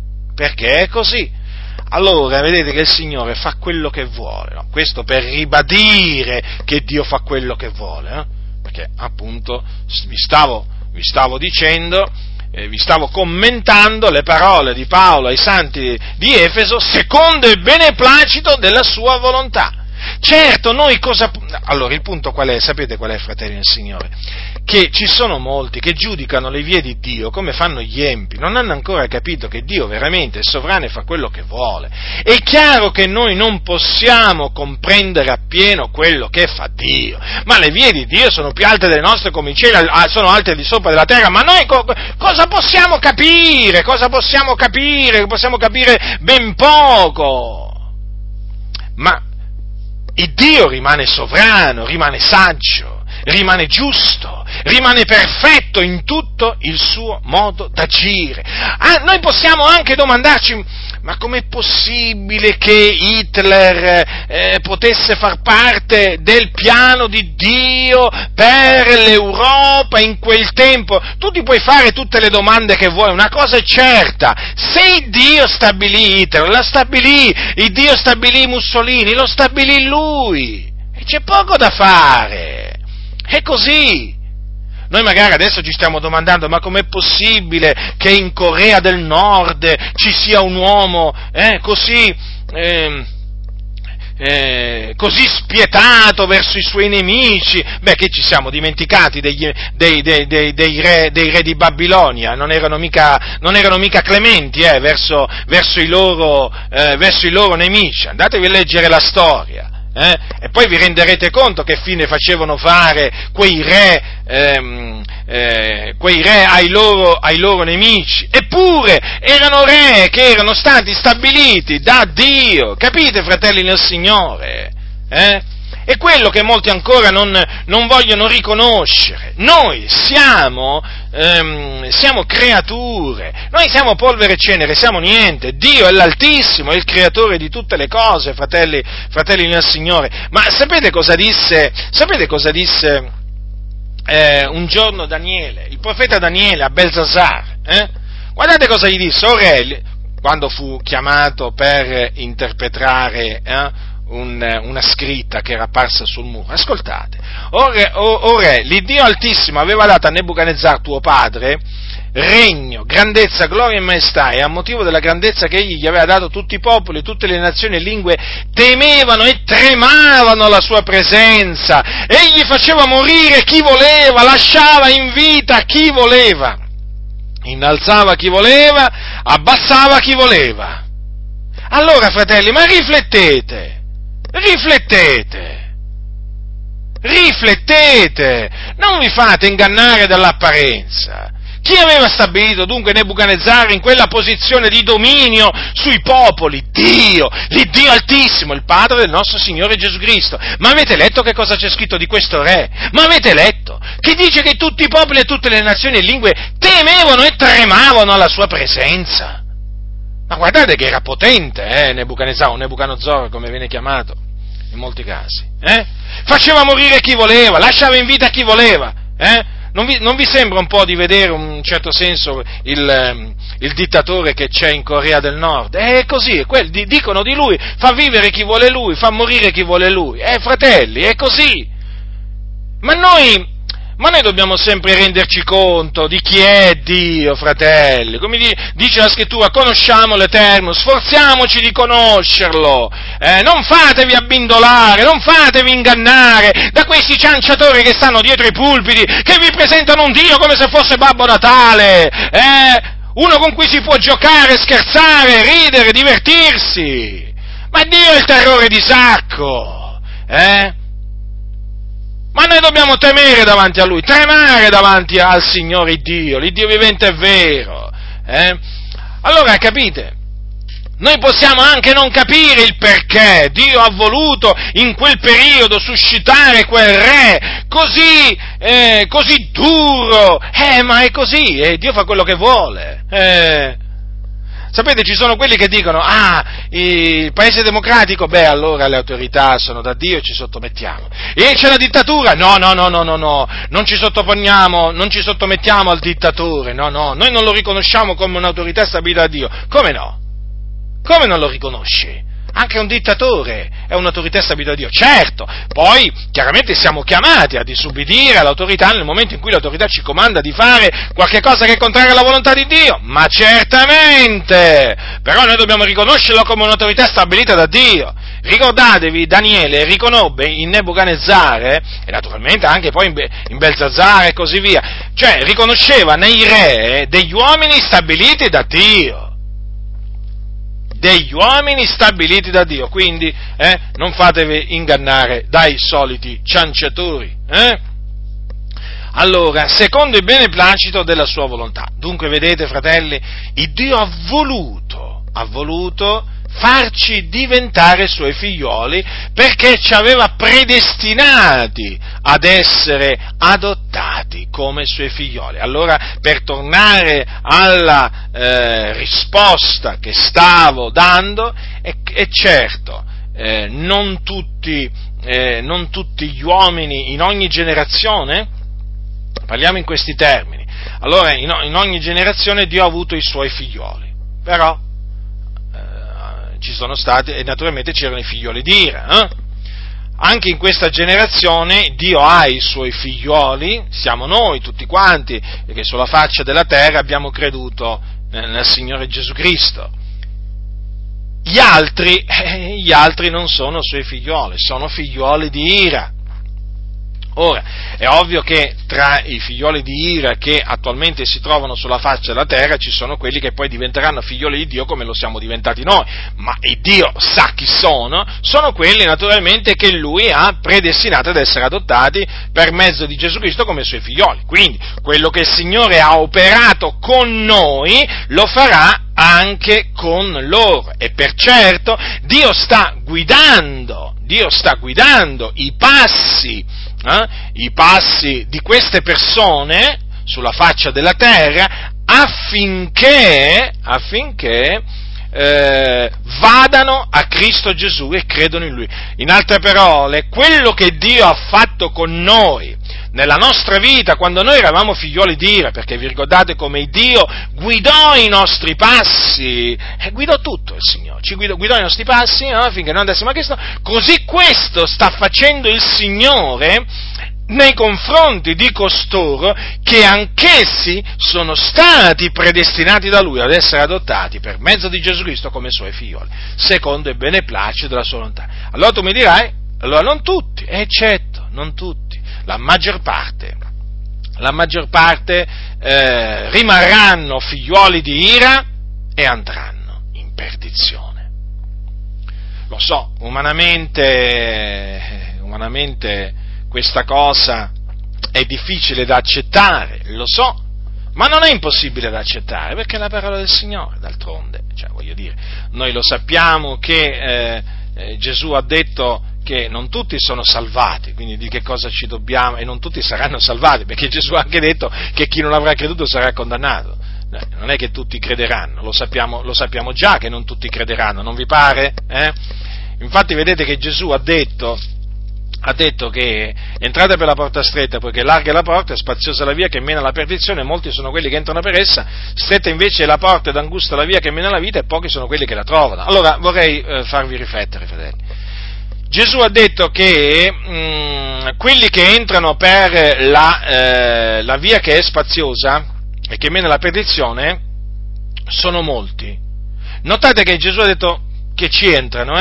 Allora, vedete che il Signore fa quello che vuole, no? Questo per ribadire che Dio fa quello che vuole, no? Perché appunto vi stavo dicendo, vi stavo commentando le parole di Paolo ai santi di Efeso secondo il beneplacito della sua volontà. Certo, allora il punto qual è? Sapete qual è, fratelli nel Signore? Che ci sono molti che giudicano le vie di Dio come fanno gli empi, non hanno ancora capito che Dio veramente è sovrano e fa quello che vuole. È chiaro che noi non possiamo comprendere appieno quello che fa Dio, ma le vie di Dio sono più alte delle nostre come i cieli, sono alte al di sopra della terra, ma noi cosa possiamo capire? Possiamo capire ben poco. Ma il Dio rimane sovrano, rimane saggio, rimane giusto, rimane perfetto in tutto il suo modo d'agire. Noi possiamo anche domandarci, ma com'è possibile che Hitler potesse far parte del piano di Dio per l'Europa in quel tempo? Tu ti puoi fare tutte le domande che vuoi, una cosa è certa: se Dio stabilì Hitler, il Dio stabilì Mussolini, lo stabilì lui, e c'è poco da fare, è così. Noi magari adesso ci stiamo domandando, ma com'è possibile che in Corea del Nord ci sia un uomo così spietato verso i suoi nemici? Beh, che ci siamo dimenticati dei re di Babilonia? Non erano mica clementi verso i loro nemici. Andatevi a leggere la storia. E poi vi renderete conto che fine facevano fare quei re ai loro nemici. Eppure erano re che erano stati stabiliti da Dio, capite, fratelli nel Signore? È quello che molti ancora non vogliono riconoscere. Noi siamo creature, noi siamo polvere e cenere, siamo niente. Dio è l'Altissimo, è il creatore di tutte le cose, fratelli nel Signore. Ma sapete cosa disse un giorno Daniele, il profeta Daniele, a Beltesar? Guardate cosa gli disse, o re, quando fu chiamato per interpretare una scritta che era apparsa sul muro. Ascoltate, o re, l'Iddio Altissimo aveva dato a Nebuchadnezzar tuo padre regno, grandezza, gloria e maestà, e a motivo della grandezza che egli gli aveva dato, tutti i popoli, tutte le nazioni e lingue temevano e tremavano alla sua presenza. Egli faceva morire chi voleva, lasciava in vita chi voleva, innalzava chi voleva, abbassava chi voleva. Allora, fratelli, ma riflettete, non vi fate ingannare dall'apparenza. Chi aveva stabilito dunque Nebuchadnezzar in quella posizione di dominio sui popoli? Dio, l'Iddio Altissimo, il Padre del nostro Signore Gesù Cristo. Ma avete letto che cosa c'è scritto di questo re? Ma avete letto? Che dice che tutti i popoli e tutte le nazioni e lingue temevano e tremavano alla sua presenza. Ma guardate che era potente, Nebuchadnezzar, o Nebuchadnezzar come viene chiamato in molti casi. Faceva morire chi voleva, lasciava in vita chi voleva. Non vi sembra un po' di vedere, in un certo senso, il dittatore che c'è in Corea del Nord? È così, dicono di lui, fa vivere chi vuole lui, fa morire chi vuole lui. Fratelli, è così. Ma noi dobbiamo sempre renderci conto di chi è Dio, fratelli. Come dice la Scrittura, conosciamo l'Eterno, sforziamoci di conoscerlo. Non fatevi abbindolare, non fatevi ingannare da questi cianciatori che stanno dietro i pulpiti, che vi presentano un Dio come se fosse Babbo Natale. uno con cui si può giocare, scherzare, ridere, divertirsi. Ma Dio è il terrore di Sacco, Ma noi dobbiamo temere davanti a Lui, tremare davanti al Signore Dio, l'Iddio vivente è vero, Allora, capite? Noi possiamo anche non capire il perché Dio ha voluto in quel periodo suscitare quel re così duro, ma è così, Dio fa quello che vuole. Sapete, ci sono quelli che dicono, il paese democratico, allora le autorità sono da Dio e ci sottomettiamo. E c'è la dittatura? No, non ci sottomettiamo al dittatore, no, noi non lo riconosciamo come un'autorità stabilita da Dio. Come no? Come non lo riconosci? Anche un dittatore è un'autorità stabilita da Dio, certo, poi chiaramente siamo chiamati a disubbidire all'autorità nel momento in cui l'autorità ci comanda di fare qualche cosa che è contraria alla volontà di Dio, ma certamente, però noi dobbiamo riconoscerlo come un'autorità stabilita da Dio. Ricordatevi, Daniele riconobbe in Nebuchadnezzar, e naturalmente anche poi in Belzazzar e così via, cioè riconosceva nei re degli uomini stabiliti da Dio. Degli uomini stabiliti da Dio, quindi non fatevi ingannare dai soliti cianciatori. Allora, secondo il beneplacito della sua volontà. Dunque, vedete, fratelli, il Dio ha voluto farci diventare suoi figlioli perché ci aveva predestinati ad essere adottati come suoi figlioli. Allora, per tornare alla risposta che stavo dando, è certo, non tutti gli uomini in ogni generazione, parliamo in questi termini, allora in ogni generazione Dio ha avuto i suoi figlioli, però ci sono stati, e naturalmente c'erano i figlioli di Ira, Anche in questa generazione Dio ha i suoi figlioli, siamo noi tutti quanti, che sulla faccia della terra abbiamo creduto nel Signore Gesù Cristo. Gli altri non sono suoi figlioli, sono figlioli di Ira. Ora, è ovvio che tra i figlioli di Ira che attualmente si trovano sulla faccia della terra ci sono quelli che poi diventeranno figlioli di Dio come lo siamo diventati noi, ma il Dio sa chi sono quelli naturalmente che Lui ha predestinato ad essere adottati per mezzo di Gesù Cristo come suoi figlioli. Quindi, quello che il Signore ha operato con noi lo farà anche con loro, e per certo Dio sta guidando i passi di queste persone sulla faccia della terra affinché vadano a Cristo Gesù e credono in Lui. In altre parole, quello che Dio ha fatto con noi nella nostra vita, quando noi eravamo figlioli di Ira, perché vi ricordate come Dio guidò i nostri passi, guidò tutto il Signore, ci guidò i nostri passi, finché noi andassimo a Cristo, così questo sta facendo il Signore nei confronti di costoro che anch'essi sono stati predestinati da Lui ad essere adottati per mezzo di Gesù Cristo come Suoi figlioli, secondo il beneplacito della Sua volontà. Allora tu mi dirai, allora non tutti, certo, non tutti, la maggior parte rimarranno figlioli di Ira e andranno in perdizione. Lo so, umanamente questa cosa è difficile da accettare, lo so, ma non è impossibile da accettare, perché è la parola del Signore, d'altronde, noi lo sappiamo che Gesù ha detto che non tutti sono salvati, quindi di che cosa ci dobbiamo, e non tutti saranno salvati, perché Gesù ha anche detto che chi non avrà creduto sarà condannato. Non è che tutti crederanno, lo sappiamo già che non tutti crederanno, non vi pare? Infatti vedete che Gesù ha detto che entrate per la porta stretta, poiché larga è la porta e spaziosa la via che mena alla perdizione, e molti sono quelli che entrano per essa, stretta invece è la porta ed angusta la via che mena alla vita, e pochi sono quelli che la trovano. Allora vorrei farvi riflettere, fratelli. Gesù ha detto che quelli che entrano per la via che è spaziosa e che mena alla perdizione sono molti. Notate che Gesù ha detto che ci entrano,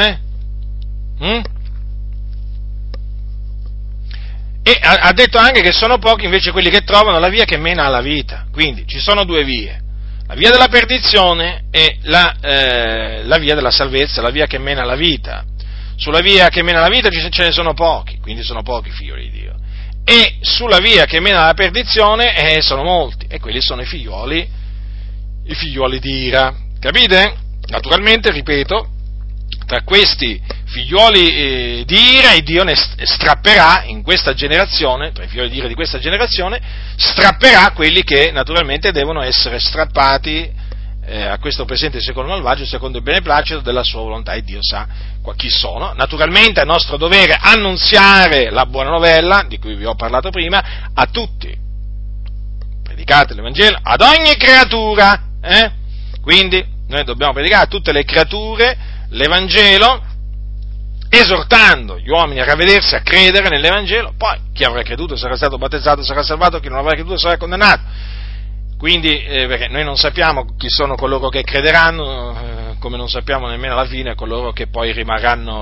E ha detto anche che sono pochi invece quelli che trovano la via che mena alla vita. Quindi ci sono due vie, La via della perdizione è la via della salvezza, la via che mena alla vita. Sulla via che mena alla vita ce ne sono pochi, quindi sono pochi figlioli di Dio. E sulla via che mena alla perdizione sono molti, e quelli sono i figlioli di ira. Capite? Naturalmente, ripeto, tra questi figlioli di ira, il Dio ne strapperà in questa generazione, tra i figlioli di ira di questa generazione, strapperà quelli che naturalmente devono essere strappati a questo presente secolo malvagio, secondo il beneplacito della sua volontà, e Dio sa chi sono. Naturalmente è nostro dovere annunziare la buona novella, di cui vi ho parlato prima, a tutti. Predicate l'Evangelo ad ogni creatura, Quindi noi dobbiamo predicare a tutte le creature l'Evangelo, esortando gli uomini a ravvedersi, a credere nell'Evangelo. Poi chi avrà creduto sarà stato battezzato, sarà salvato, chi non avrà creduto sarà condannato. Quindi, perché noi non sappiamo chi sono coloro che crederanno, come non sappiamo nemmeno alla fine coloro che poi rimarranno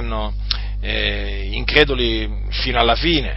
increduli fino alla fine.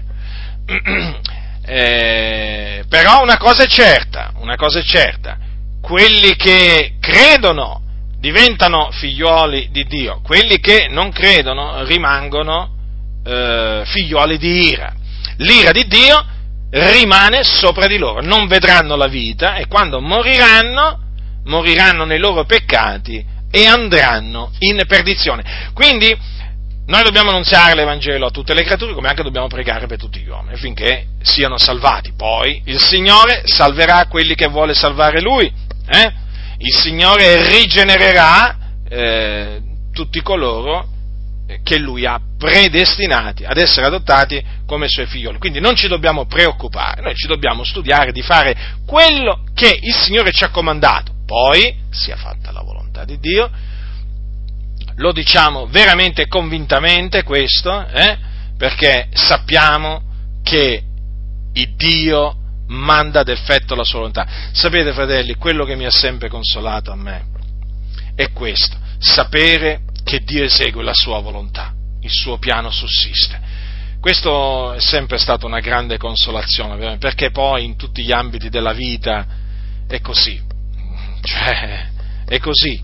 Però una cosa è certa, quelli che credono diventano figlioli di Dio, quelli che non credono rimangono figlioli di ira. L'ira di Dio rimane sopra di loro, non vedranno la vita, e quando moriranno nei loro peccati e andranno in perdizione. Quindi noi dobbiamo annunziare l'Evangelo a tutte le creature, come anche dobbiamo pregare per tutti gli uomini, affinché siano salvati. Poi il Signore salverà quelli che vuole salvare Lui, Il Signore rigenererà tutti coloro che Lui ha predestinati ad essere adottati come Suoi figlioli. Quindi non ci dobbiamo preoccupare, noi ci dobbiamo studiare di fare quello che il Signore ci ha comandato. Poi sia fatta la volontà di Dio. Lo diciamo veramente convintamente questo, perché sappiamo che il Dio manda ad effetto la sua volontà. Sapete, fratelli, quello che mi ha sempre consolato a me è questo: sapere che Dio esegue la sua volontà, il suo piano sussiste. Questo è sempre stata una grande consolazione, perché poi in tutti gli ambiti della vita è così, cioè è così.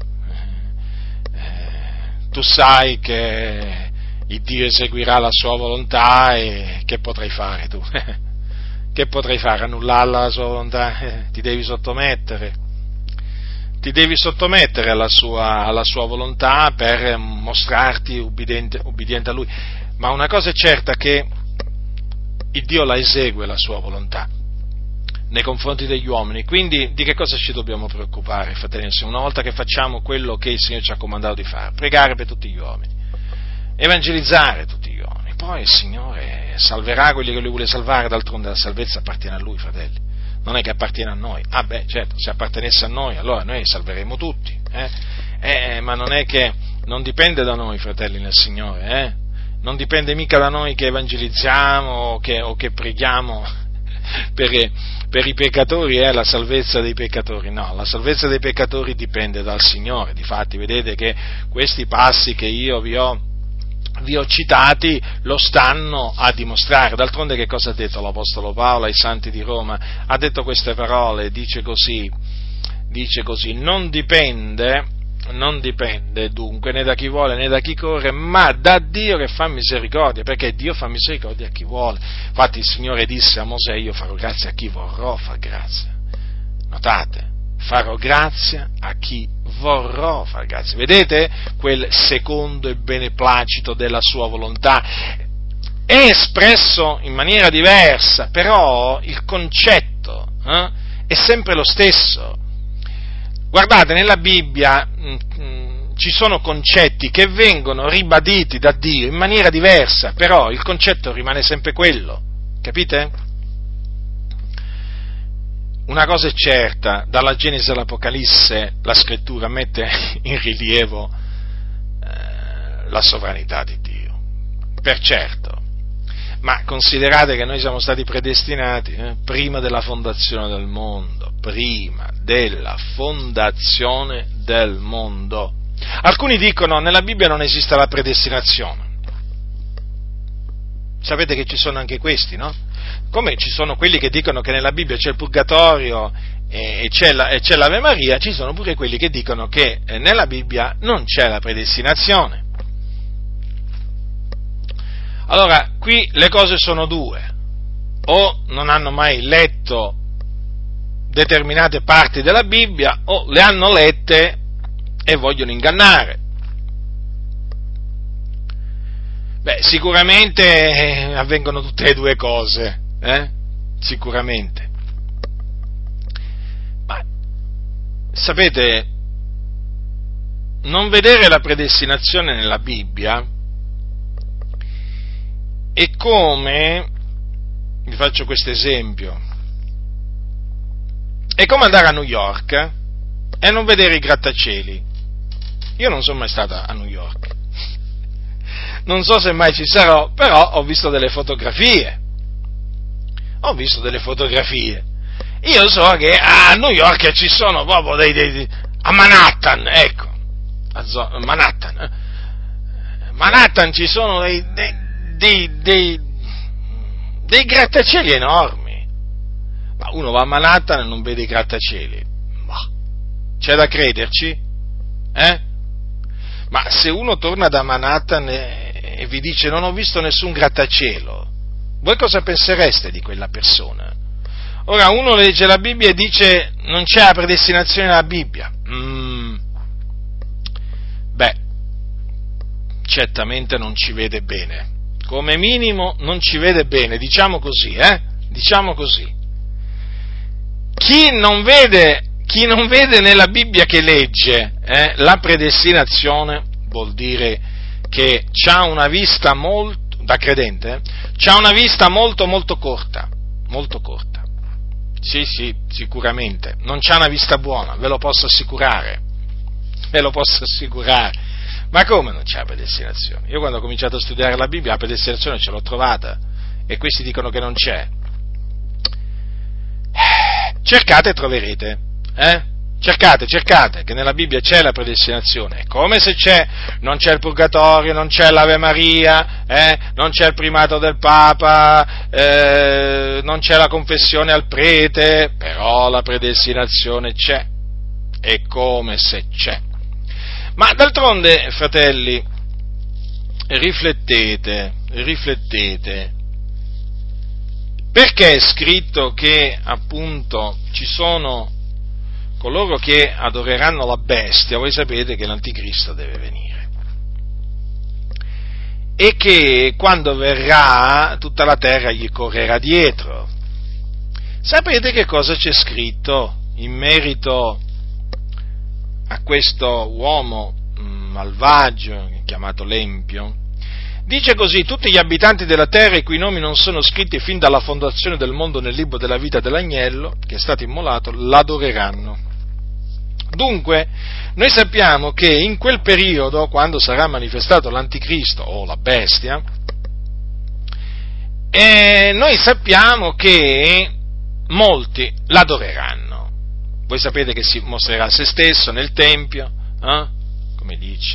Tu sai che il Dio eseguirà la sua volontà, e che potrai fare tu? Che potrai fare? Annullarla la sua volontà? Ti devi sottomettere alla sua volontà per mostrarti ubbidiente a Lui. Ma una cosa è certa, che il Dio la esegue la sua volontà nei confronti degli uomini. Quindi di che cosa ci dobbiamo preoccupare, fratelli? Una volta che facciamo quello che il Signore ci ha comandato di fare: pregare per tutti gli uomini, evangelizzare tutti gli uomini, poi il Signore salverà quelli che Lui vuole salvare. D'altronde la salvezza appartiene a Lui, fratelli, non è che appartiene a noi. Certo, se appartenesse a noi, allora noi salveremo tutti, ma non è che non dipende da noi, fratelli nel Signore, non dipende mica da noi che evangelizziamo o che preghiamo per i peccatori, la salvezza dei peccatori. No, la salvezza dei peccatori dipende dal Signore. Difatti vedete che questi passi che io vi ho citati lo stanno a dimostrare. D'altronde che cosa ha detto l'Apostolo Paolo ai santi di Roma? Ha detto queste parole, dice così: non dipende dunque né da chi vuole né da chi corre, ma da Dio che fa misericordia, perché Dio fa misericordia a chi vuole. Infatti il Signore disse a Mosè: io farò grazia a chi vorrò far grazia. Notate, farò grazia a chi vorrò far grazia. Vedete quel secondo il beneplacito della sua volontà? È espresso in maniera diversa, però il concetto è sempre lo stesso. Guardate, nella Bibbia ci sono concetti che vengono ribaditi da Dio in maniera diversa, però il concetto rimane sempre quello, capite? Una cosa è certa: dalla Genesi all'Apocalisse la Scrittura mette in rilievo la sovranità di Dio, per certo. Ma considerate che noi siamo stati predestinati prima della fondazione del mondo. Alcuni dicono: nella Bibbia non esiste la predestinazione. Sapete che ci sono anche questi, no? Come ci sono quelli che dicono che nella Bibbia c'è il purgatorio e c'è l'Ave Maria, ci sono pure quelli che dicono che nella Bibbia non c'è la predestinazione. Allora, qui le cose sono due: o non hanno mai letto determinate parti della Bibbia, o le hanno lette e vogliono ingannare. Sicuramente avvengono tutte e due cose, sicuramente. Ma sapete, non vedere la predestinazione nella Bibbia è come, vi faccio questo esempio, è come andare a New York e non vedere i grattacieli. Io non sono mai stato a New York, non so se mai ci sarò, però ho visto delle fotografie. Io so che a New York ci sono proprio a Manhattan, ecco, Manhattan ci sono dei grattacieli enormi. Ma uno va a Manhattan e non vede i grattacieli. Ma c'è da crederci? Ma se uno torna da Manhattan e vi dice non ho visto nessun grattacielo, voi cosa pensereste di quella persona? Ora, uno legge la Bibbia e dice non c'è la predestinazione nella Bibbia. Certamente non ci vede bene. Come minimo non ci vede bene, diciamo così. Chi non vede nella Bibbia che legge la predestinazione, vuol dire che c'ha una vista molto, da credente, c'ha una vista molto molto corta. Sì, sicuramente, non c'ha una vista buona, ve lo posso assicurare. Ma come non c'è la predestinazione? Io quando ho cominciato a studiare la Bibbia la predestinazione ce l'ho trovata, e questi dicono che non c'è. Cercate e troverete, cercate, che nella Bibbia c'è la predestinazione. È come se non c'è il purgatorio, non c'è l'Ave Maria, non c'è il primato del Papa, non c'è la confessione al prete, però la predestinazione c'è, è come se c'è. Ma d'altronde, fratelli, riflettete, perché è scritto che appunto ci sono coloro che adoreranno la bestia? Voi sapete che l'anticristo deve venire e che quando verrà tutta la terra gli correrà dietro. Sapete che cosa c'è scritto in merito a questo uomo malvagio chiamato l'Empio? Dice così: tutti gli abitanti della terra i cui nomi non sono scritti fin dalla fondazione del mondo nel libro della vita dell'agnello che è stato immolato l'adoreranno. Dunque noi sappiamo che in quel periodo, quando sarà manifestato l'anticristo o la bestia, noi sappiamo che molti l'adoreranno. Voi sapete che si mostrerà se stesso nel Tempio, come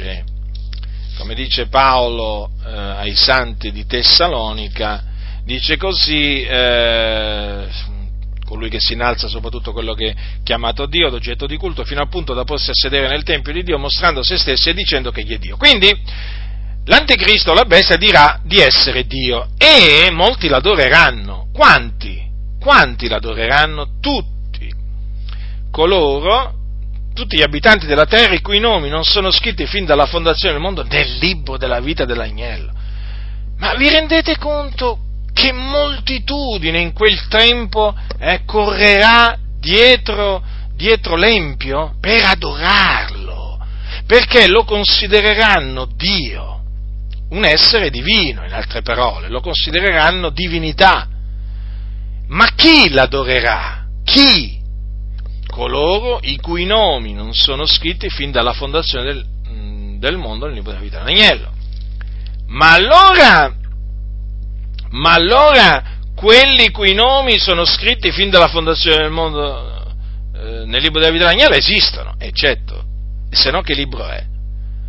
dice Paolo ai santi di Tessalonica, dice così, colui che si innalza sopra tutto quello che è chiamato Dio, d'oggetto di culto, fino al punto da porsi a sedere nel Tempio di Dio, mostrando se stesso e dicendo che egli è Dio. Quindi l'anticristo, la bestia, dirà di essere Dio e molti l'adoreranno. Quanti l'adoreranno? Tutti gli abitanti della terra i cui nomi non sono scritti fin dalla fondazione del mondo nel libro della vita dell'agnello. Ma vi rendete conto che moltitudine in quel tempo correrà dietro l'Empio per adorarlo, perché lo considereranno Dio, un essere divino, in altre parole, lo considereranno divinità. Ma chi l'adorerà? Chi? Coloro i cui nomi non sono scritti fin dalla fondazione del mondo nel libro della vita dell'agnello. Ma allora quelli i cui nomi sono scritti fin dalla fondazione del mondo nel libro della vita dell'agnello esistono, eccetto, se no che libro è?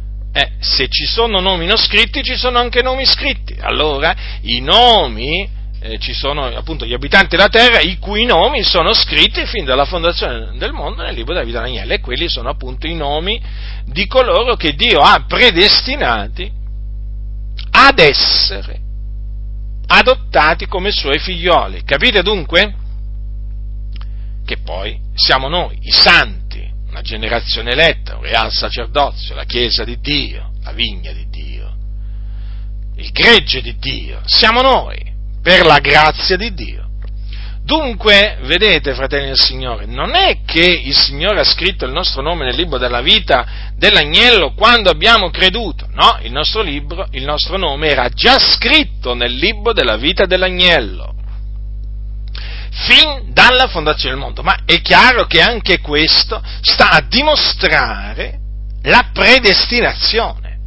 Se ci sono nomi non scritti, ci sono anche nomi scritti. Allora i nomi ci sono appunto gli abitanti della terra, i cui nomi sono scritti fin dalla fondazione del mondo nel libro della vita dell'agnello, e quelli sono appunto i nomi di coloro che Dio ha predestinati ad essere adottati come suoi figlioli. Capite dunque? Che poi siamo noi, i santi, una generazione eletta, un real sacerdozio, la Chiesa di Dio, la vigna di Dio, il gregge di Dio, siamo noi, per la grazia di Dio. Dunque, vedete, fratelli del Signore, non è che il Signore ha scritto il nostro nome nel libro della vita dell'agnello quando abbiamo creduto, no, il nostro nome era già scritto nel libro della vita dell'agnello, fin dalla fondazione del mondo, ma è chiaro che anche questo sta a dimostrare la predestinazione,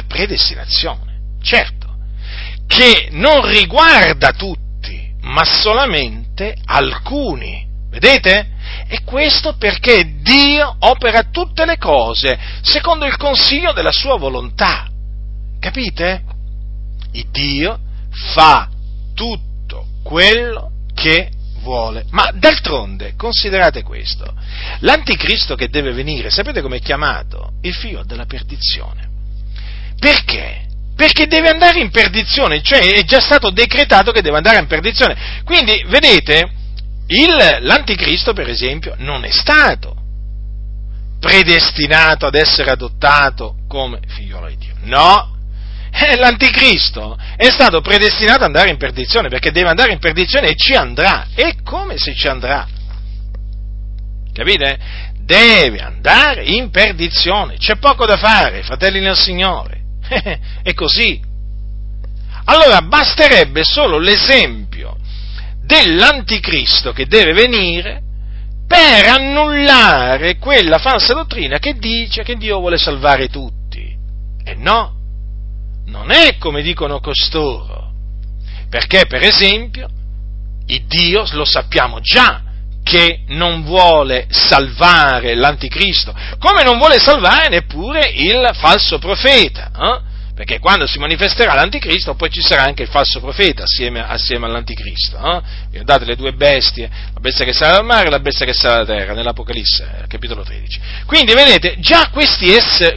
certo, che non riguarda tutti, ma solamente alcuni, vedete? E questo perché Dio opera tutte le cose secondo il consiglio della sua volontà, capite? Il Dio fa tutto quello che vuole, ma d'altronde, considerate questo, l'anticristo che deve venire, sapete come è chiamato? Il figlio della perdizione. Perché? Perché deve andare in perdizione, cioè è già stato decretato che deve andare in perdizione. Quindi, vedete, l'anticristo, per esempio, non è stato predestinato ad essere adottato come figliolo di Dio. No, l'anticristo è stato predestinato ad andare in perdizione, perché deve andare in perdizione e ci andrà. E come se ci andrà? Capite? Deve andare in perdizione. C'è poco da fare, fratelli nel Signore. È così. Allora basterebbe solo l'esempio dell'anticristo che deve venire per annullare quella falsa dottrina che dice che Dio vuole salvare tutti. E no, non è come dicono costoro, perché per esempio il Dio lo sappiamo già che non vuole salvare l'anticristo, come non vuole salvare neppure il falso profeta, perché quando si manifesterà l'anticristo poi ci sarà anche il falso profeta assieme all'anticristo. Vi ricordate le due bestie, la bestia che sarà dal mare e la bestia che sarà dalla terra, nell'Apocalisse, capitolo 13. Quindi vedete, già queste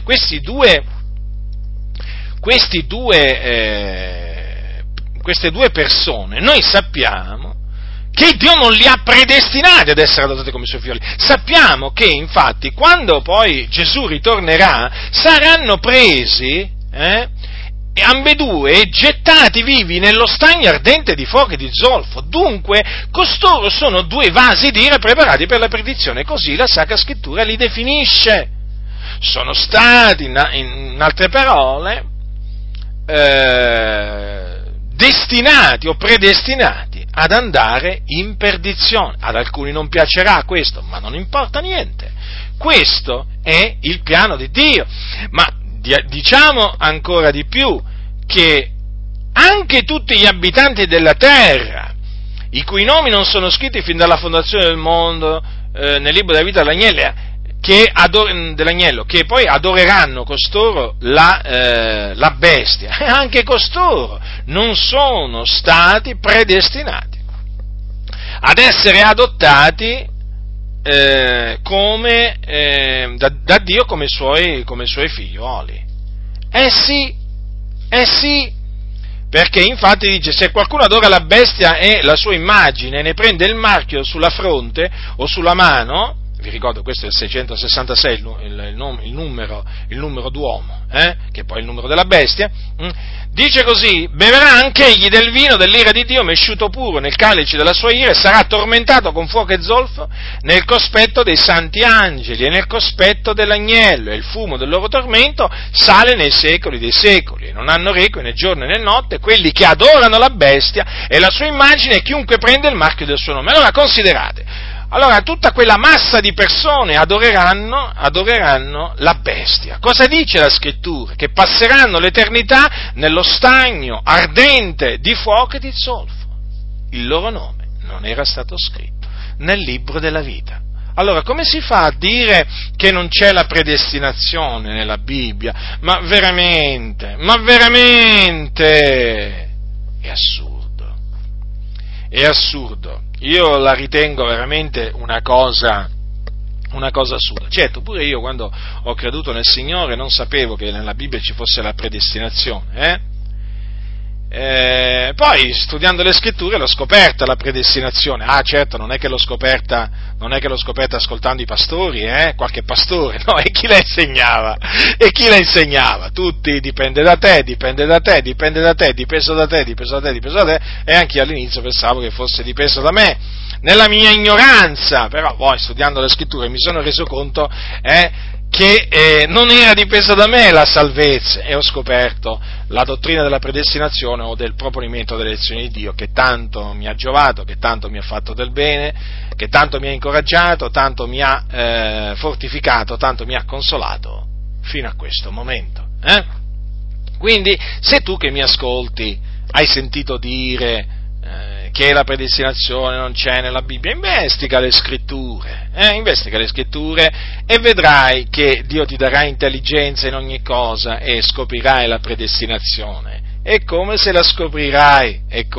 due persone, noi sappiamo che Dio non li ha predestinati ad essere adottati come suoi figli. Sappiamo che, infatti, quando poi Gesù ritornerà, saranno presi, ambedue, gettati vivi nello stagno ardente di fuoco e di zolfo. Dunque, costoro sono due vasi d'ira preparati per la perdizione, così la Sacra Scrittura li definisce. Sono stati, in altre parole, destinati o predestinati ad andare in perdizione. Ad alcuni non piacerà questo, ma non importa niente. Questo è il piano di Dio. Ma diciamo ancora di più, che anche tutti gli abitanti della terra, i cui nomi non sono scritti fin dalla fondazione del mondo nel libro della vita dell'agnello, che poi adoreranno costoro la bestia, anche costoro non sono stati predestinati ad essere adottati da Dio come suoi figlioli. Sì, perché infatti dice: se qualcuno adora la bestia e la sua immagine, ne prende il marchio sulla fronte o sulla mano. Vi ricordo, questo è il 666, il numero d'uomo, che è poi il numero della bestia. Dice così: beverà anch'egli del vino dell'ira di Dio mesciuto puro nel calice della sua ira, e sarà tormentato con fuoco e zolfo nel cospetto dei santi angeli e nel cospetto dell'agnello, e il fumo del loro tormento sale nei secoli dei secoli, e non hanno requie né giorno né notte quelli che adorano la bestia e la sua immagine, e chiunque prende il marchio del suo nome. Allora considerate, tutta quella massa di persone adoreranno la bestia. Cosa dice la Scrittura? Che passeranno l'eternità nello stagno ardente di fuoco e di zolfo. Il loro nome non era stato scritto nel libro della vita. Allora, come si fa a dire che non c'è la predestinazione nella Bibbia? Ma veramente, è assurdo. è assurdo. Io la ritengo veramente una cosa assurda. Certo, pure io quando ho creduto nel Signore non sapevo che nella Bibbia ci fosse la predestinazione, poi studiando le scritture l'ho scoperta la predestinazione. Certo, non è che l'ho scoperta ascoltando i pastori, qualche pastore, no, e chi la insegnava? Tutti, dipende da te, dipeso da te, e anche io all'inizio pensavo che fosse dipeso da me, nella mia ignoranza, però poi studiando le scritture mi sono reso conto che non era dipesa da me la salvezza, e ho scoperto la dottrina della predestinazione o del proponimento delle elezioni di Dio, che tanto mi ha giovato, che tanto mi ha fatto del bene, che tanto mi ha incoraggiato, tanto mi ha fortificato, tanto mi ha consolato fino a questo momento. Quindi, se tu che mi ascolti hai sentito dire che la predestinazione non c'è nella Bibbia, investiga le scritture e vedrai che Dio ti darà intelligenza in ogni cosa e scoprirai la predestinazione. E come se la scoprirai, e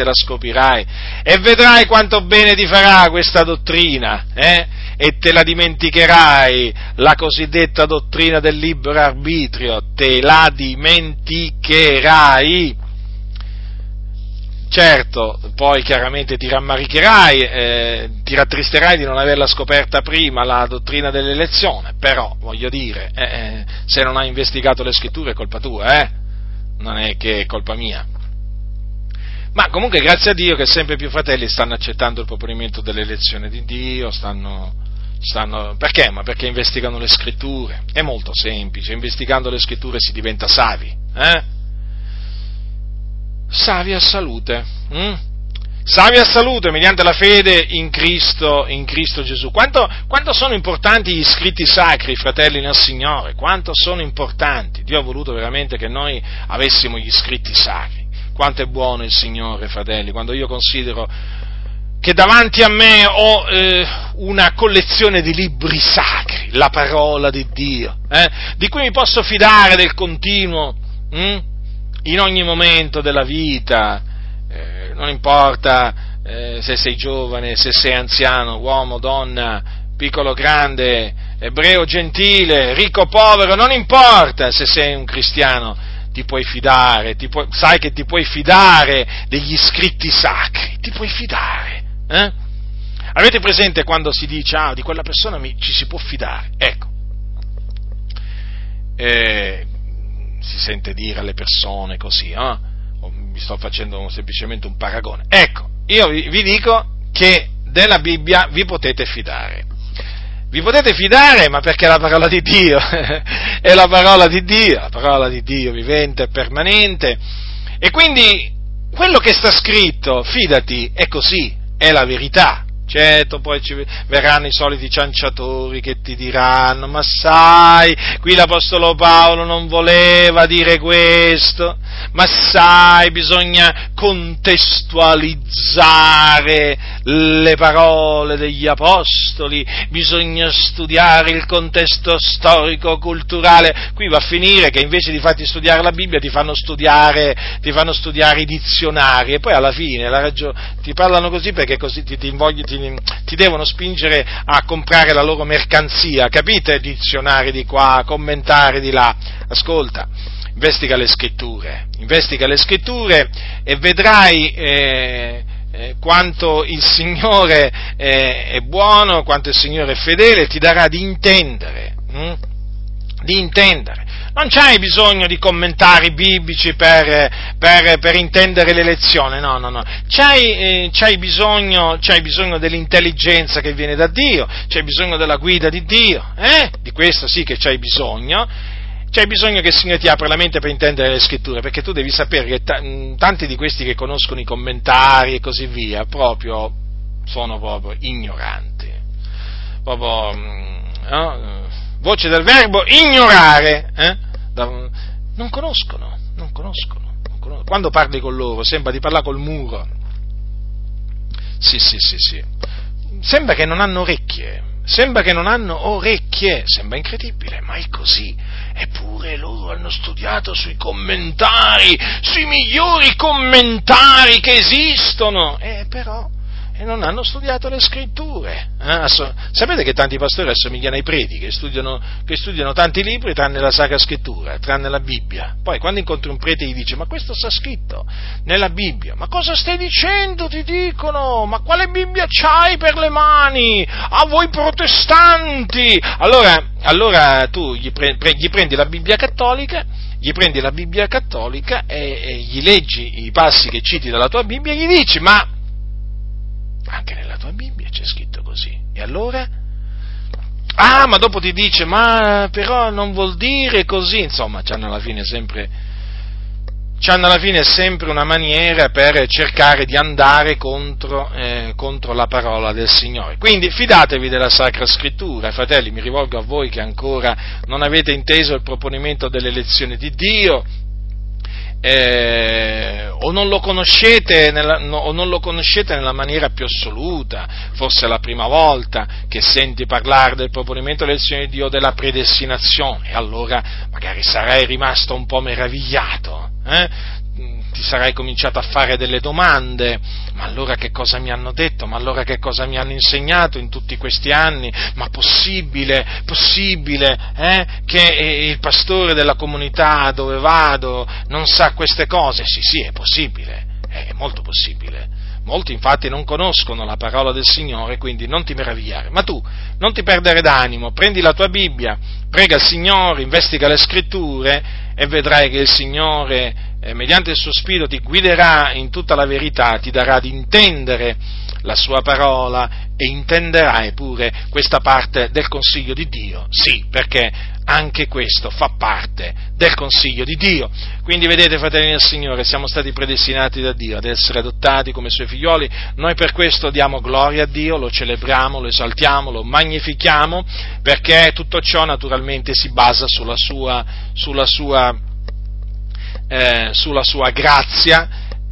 vedrai quanto bene ti farà questa dottrina, e te la dimenticherai, la cosiddetta dottrina del libero arbitrio, te la dimenticherai. Certo, poi chiaramente ti rammaricherai, ti rattristerai di non averla scoperta prima, la dottrina dell'elezione, però, voglio dire, se non hai investigato le scritture è colpa tua, non è che è colpa mia. Ma comunque grazie a Dio che sempre più fratelli stanno accettando il proponimento dell'elezione di Dio, perché? Ma perché investigano le scritture, è molto semplice, investigando le scritture si diventa savi, Savi a salute, mediante la fede in Cristo Gesù. Quanto sono importanti gli scritti sacri, fratelli nel Signore, quanto sono importanti. Dio ha voluto veramente che noi avessimo gli scritti sacri. Quanto è buono il Signore, fratelli, quando io considero che davanti a me ho una collezione di libri sacri, la parola di Dio, di cui mi posso fidare del continuo, in ogni momento della vita, non importa se sei giovane, se sei anziano, uomo, donna, piccolo, grande, ebreo, gentile, ricco, povero, non importa se sei un cristiano, ti puoi fidare, sai che ti puoi fidare degli scritti sacri, ti puoi fidare. Avete presente quando si dice, di quella persona ci si può fidare? Ecco. Si sente dire alle persone così, vi sto facendo semplicemente un paragone. Ecco, io vi dico che della Bibbia vi potete fidare. Vi potete fidare, ma perché la parola di Dio è la parola di Dio vivente e permanente, e quindi quello che sta scritto, fidati, è così, è la verità. Certo, poi ci verranno i soliti cianciatori che ti diranno, ma sai, qui l'Apostolo Paolo non voleva dire questo, ma sai, bisogna contestualizzare le parole degli Apostoli, bisogna studiare il contesto storico-culturale. Qui va a finire che invece di farti studiare la Bibbia ti fanno studiare i dizionari, e poi alla fine ti parlano così perché così ti devono spingere a comprare la loro mercanzia, capite? Dizionari di qua, commentari di là. Ascolta, investiga le scritture e vedrai quanto il Signore è buono, quanto il Signore è fedele, ti darà di intendere. Non c'hai bisogno di commentari biblici per intendere l'elezione, no. C'hai bisogno dell'intelligenza che viene da Dio, c'hai bisogno della guida di Dio, di questo sì che c'hai bisogno che il Signore ti apra la mente per intendere le scritture, perché tu devi sapere che tanti di questi che conoscono i commentari e così via, sono proprio ignoranti, voce del verbo ignorare, non conoscono. Quando parli con loro sembra di parlare col muro. Sì. Sembra che non hanno orecchie, sembra incredibile, ma è così. Eppure loro hanno studiato sui commentari, sui migliori commentari che esistono, però non hanno studiato le scritture. Sapete che tanti pastori assomigliano ai preti, che studiano tanti libri tranne la Sacra Scrittura, tranne la Bibbia. Poi quando incontri un prete gli dice: ma questo sta scritto nella Bibbia. Ma cosa stai dicendo? Ti dicono: ma quale Bibbia c'hai per le mani? A voi protestanti! Allora tu gli prendi la Bibbia cattolica, e gli leggi i passi che citi dalla tua Bibbia e gli dici: ma anche nella tua Bibbia c'è scritto così. E allora? Ma dopo ti dice: ma però non vuol dire così. Insomma, c'hanno alla fine sempre una maniera per cercare di andare contro la parola del Signore. Quindi fidatevi della Sacra Scrittura. Fratelli, mi rivolgo a voi che ancora non avete inteso il proponimento dell'elezione di Dio, o non lo conoscete nella maniera più assoluta. Forse è la prima volta che senti parlare del proponimento dell'elezione di Dio, della predestinazione, e allora magari sarai rimasto un po' meravigliato, ti sarai cominciato a fare delle domande: ma allora che cosa mi hanno detto? Ma allora che cosa mi hanno insegnato in tutti questi anni? Ma possibile che il pastore della comunità dove vado non sa queste cose? Sì, è possibile, è molto possibile. Molti infatti non conoscono la parola del Signore, quindi non ti meravigliare. Ma tu non ti perdere d'animo, prendi la tua Bibbia, prega il Signore, investiga le Scritture e vedrai che il Signore, mediante il suo Spirito, ti guiderà in tutta la verità, ti darà di intendere la sua parola e intenderai pure questa parte del consiglio di Dio. Sì, perché anche questo fa parte del consiglio di Dio. Quindi vedete, fratelli del Signore, siamo stati predestinati da Dio ad essere adottati come Suoi figlioli. Noi per questo diamo gloria a Dio, lo celebriamo, lo esaltiamo, lo magnifichiamo, perché tutto ciò naturalmente si basa sulla sua grazia.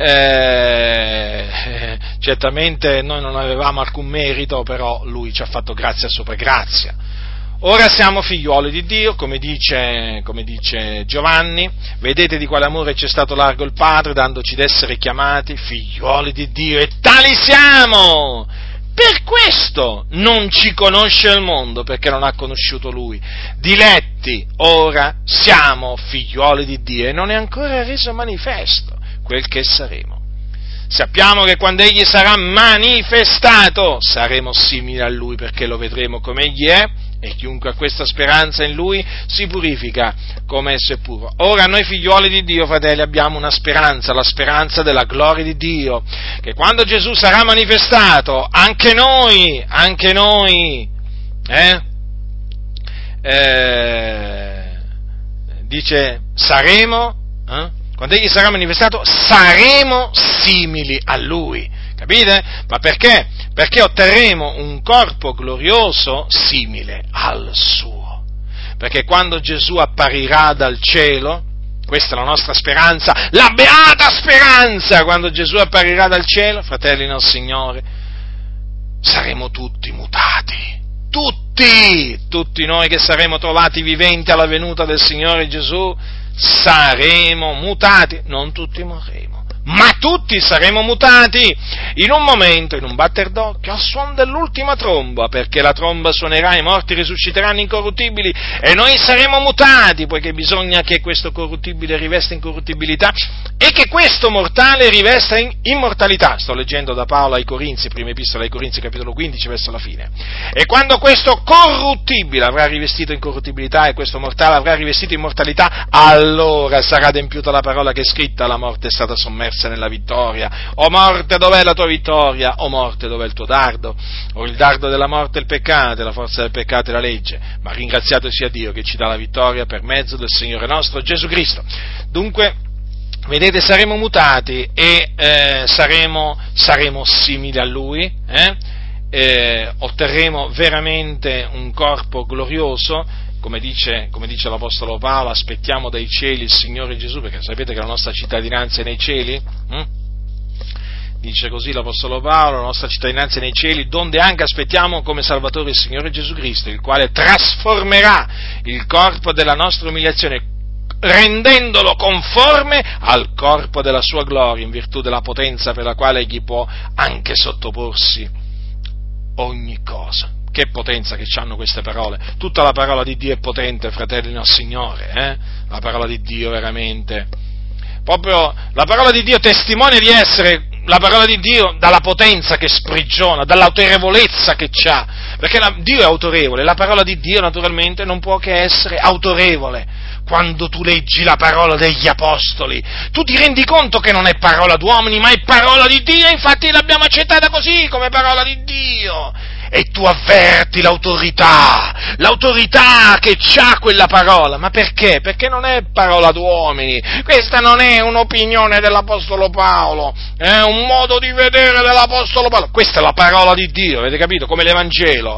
Certamente noi non avevamo alcun merito, però Lui ci ha fatto grazia sopra grazia. Ora siamo figliuoli di Dio, come dice Giovanni: vedete di quale amore ci è stato largo il Padre, dandoci d'essere chiamati figliuoli di Dio, e tali siamo! Per questo non ci conosce il mondo, perché non ha conosciuto Lui. Diletti, ora siamo figliuoli di Dio e non è ancora reso manifesto quel che saremo. Sappiamo che quando Egli sarà manifestato saremo simili a Lui, perché lo vedremo come Egli è, e chiunque ha questa speranza in Lui si purifica come esso è puro. Ora noi figliuoli di Dio, fratelli, abbiamo una speranza, la speranza della gloria di Dio, che quando Gesù sarà manifestato, anche noi, dice, saremo, quando Egli sarà manifestato, saremo simili a Lui. Capite? Ma perché? Perché otterremo un corpo glorioso simile al suo. Perché quando Gesù apparirà dal cielo, questa è la nostra speranza, la beata speranza, quando Gesù apparirà dal cielo, fratelli nel Signore, saremo tutti mutati. Tutti noi che saremo trovati viventi alla venuta del Signore Gesù, saremo mutati, non tutti morremo, ma tutti saremo mutati in un momento, in un batter d'occhio, al suono dell'ultima tromba, perché la tromba suonerà, i morti risusciteranno incorruttibili e noi saremo mutati, poiché bisogna che questo corruttibile rivesta incorruttibilità e che questo mortale rivesta immortalità. Sto leggendo da Paolo ai Corinzi, prima epistola ai Corinzi, capitolo 15, verso la fine. E quando questo corruttibile avrà rivestito incorruttibilità e questo mortale avrà rivestito immortalità, allora sarà adempiuta la parola che è scritta: la morte è stata sommersa nella vittoria. O morte, dov'è la tua vittoria? O morte, dov'è il tuo dardo? O il dardo della morte è il peccato, e la forza del peccato è la legge. Ma ringraziato sia Dio che ci dà la vittoria per mezzo del Signore nostro Gesù Cristo. Dunque, vedete, saremo mutati e saremo simili a Lui, otterremo veramente un corpo glorioso. Come dice l'Apostolo Paolo, aspettiamo dai cieli il Signore Gesù, perché sapete che la nostra cittadinanza è nei cieli? Dice così l'Apostolo Paolo: la nostra cittadinanza è nei cieli, donde anche aspettiamo come Salvatore il Signore Gesù Cristo, il quale trasformerà il corpo della nostra umiliazione rendendolo conforme al corpo della sua gloria, in virtù della potenza per la quale egli può anche sottoporsi ogni cosa. Che potenza che hanno queste parole! Tutta la parola di Dio è potente, fratelli nel Signore, La parola di Dio veramente. Proprio la parola di Dio testimonia di essere la parola di Dio dalla potenza che sprigiona, dall'autorevolezza che c'ha, perché Dio è autorevole, la parola di Dio naturalmente non può che essere autorevole. Quando tu leggi la parola degli apostoli, tu ti rendi conto che non è parola d'uomini, ma è parola di Dio, infatti l'abbiamo accettata così, come parola di Dio. E tu avverti l'autorità che c'ha quella parola. Ma perché? Perché non è parola d'uomini, questa non è un'opinione dell'Apostolo Paolo, è un modo di vedere dell'Apostolo Paolo, questa è la parola di Dio, avete capito? Come l'Evangelo,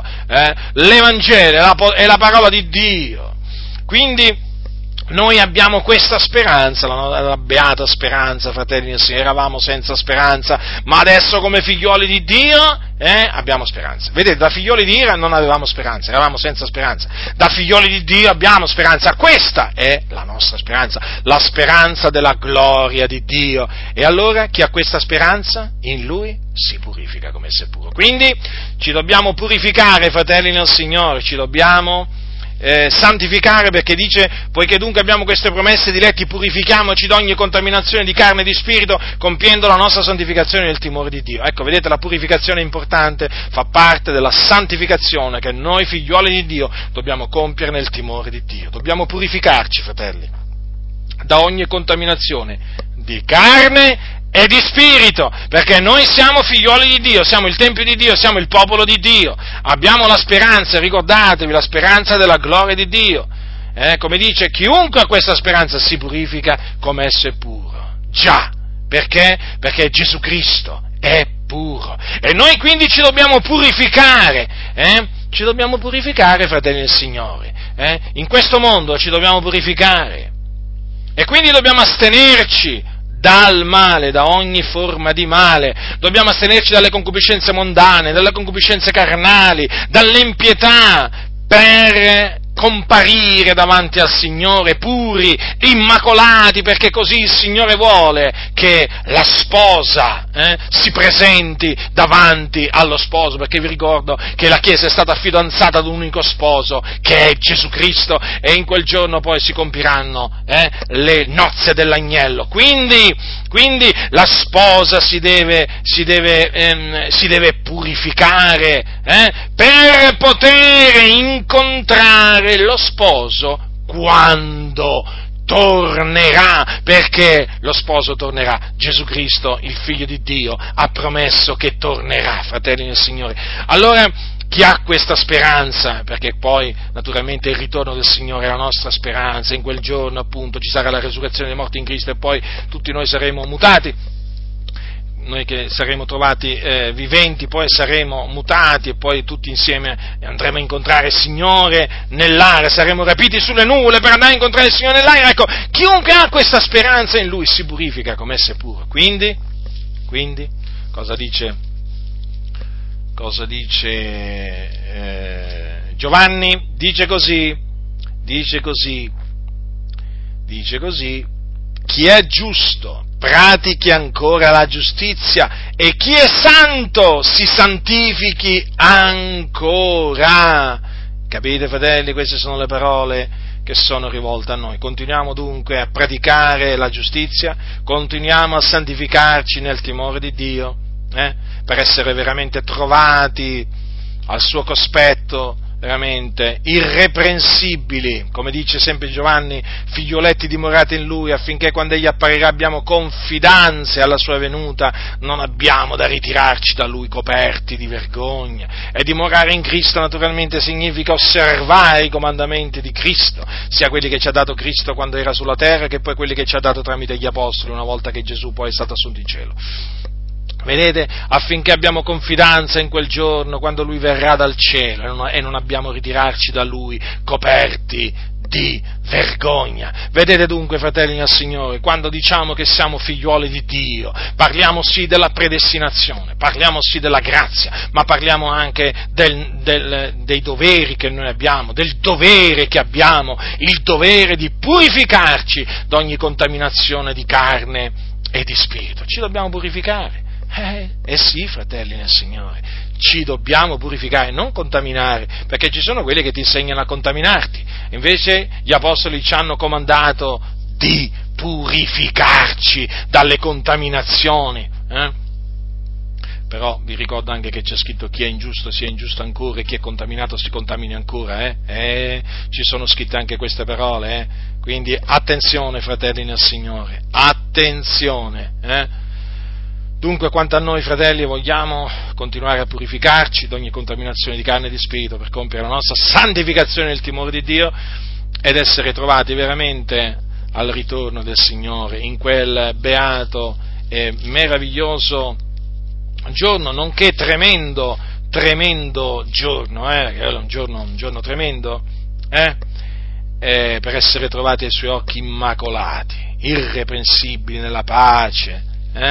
l'Evangelo è la parola di Dio. Quindi noi abbiamo questa speranza, la beata speranza, fratelli e signori, eravamo senza speranza, ma adesso come figlioli di Dio, abbiamo speranza. Vedete, da figlioli di Ira non avevamo speranza, eravamo senza speranza, da figlioli di Dio abbiamo speranza, questa è la nostra speranza, la speranza della gloria di Dio. E allora chi ha questa speranza? In Lui si purifica come se puro. Quindi ci dobbiamo purificare, fratelli nel Signore, ci dobbiamo santificare, perché dice: poiché dunque abbiamo queste promesse, diletti, purifichiamoci da ogni contaminazione di carne e di spirito, compiendo la nostra santificazione nel timore di Dio. Ecco, vedete, la purificazione è importante, fa parte della santificazione che noi figliuoli di Dio dobbiamo compiere nel timore di Dio. Dobbiamo purificarci, fratelli, da ogni contaminazione di carne e di spirito, perché noi siamo figlioli di Dio, siamo il Tempio di Dio, siamo il popolo di Dio, abbiamo la speranza, ricordatevi, la speranza della gloria di Dio, come dice, chiunque ha questa speranza si purifica come esso è puro, già, perché? Perché Gesù Cristo è puro, e noi quindi ci dobbiamo purificare, fratelli del Signore, in questo mondo ci dobbiamo purificare, e quindi dobbiamo astenerci dal male, da ogni forma di male, dobbiamo astenerci dalle concupiscenze mondane, dalle concupiscenze carnali, dall'impietà, per comparire davanti al Signore puri, immacolati, perché così il Signore vuole che la sposa si presenti davanti allo sposo, perché vi ricordo che la Chiesa è stata fidanzata ad un unico sposo, che è Gesù Cristo, e in quel giorno poi si compiranno le nozze dell'agnello. Quindi la sposa si deve purificare per poter incontrare lo sposo quando tornerà, perché lo sposo tornerà. Gesù Cristo, il Figlio di Dio, ha promesso che tornerà, fratelli del Signore. Allora, chi ha questa speranza, perché poi naturalmente il ritorno del Signore è la nostra speranza, in quel giorno appunto ci sarà la resurrezione dei morti in Cristo e poi tutti noi saremo mutati, noi che saremo trovati viventi, poi saremo mutati e poi tutti insieme andremo a incontrare il Signore nell'aria, saremo rapiti sulle nuvole per andare a incontrare il Signore nell'aria. Ecco, chiunque ha questa speranza in Lui si purifica come esso è puro. Quindi, cosa dice Giovanni? Dice così, chi è giusto pratichi ancora la giustizia, e chi è santo si santifichi ancora. Capite, fratelli? Queste sono le parole che sono rivolte a noi. Continuiamo dunque a praticare la giustizia, continuiamo a santificarci nel timore di Dio, per essere veramente trovati al suo cospetto, veramente irreprensibili, come dice sempre Giovanni, figlioletti dimorati in Lui, affinché quando Egli apparirà abbiamo confidenza alla sua venuta, non abbiamo da ritirarci da Lui coperti di vergogna. E dimorare in Cristo naturalmente significa osservare i comandamenti di Cristo, sia quelli che ci ha dato Cristo quando era sulla terra, che poi quelli che ci ha dato tramite gli apostoli una volta che Gesù poi è stato assunto in cielo. Vedete? Affinché abbiamo confidenza in quel giorno, quando Lui verrà dal cielo e non abbiamo ritirarci da Lui coperti di vergogna. Vedete dunque, fratelli nel Signore, quando diciamo che siamo figliuoli di Dio, parliamo sì della predestinazione, parliamo sì della grazia, ma parliamo anche dei doveri che noi abbiamo, del dovere che abbiamo, il dovere di purificarci da ogni contaminazione di carne e di spirito. Ci dobbiamo purificare. Sì, fratelli nel Signore, ci dobbiamo purificare, non contaminare, perché ci sono quelli che ti insegnano a contaminarti, invece gli apostoli ci hanno comandato di purificarci dalle contaminazioni. Però vi ricordo anche che c'è scritto: chi è ingiusto sia ingiusto ancora, e chi è contaminato si contamini ancora. Ci sono scritte anche queste parole. Quindi attenzione, fratelli nel Signore, attenzione. Dunque, quanto a noi, fratelli, vogliamo continuare a purificarci da ogni contaminazione di carne e di spirito per compiere la nostra santificazione nel timore di Dio ed essere trovati veramente al ritorno del Signore in quel beato e meraviglioso giorno, nonché tremendo giorno, un giorno tremendo, per essere trovati ai Suoi occhi immacolati, irreprensibili nella pace,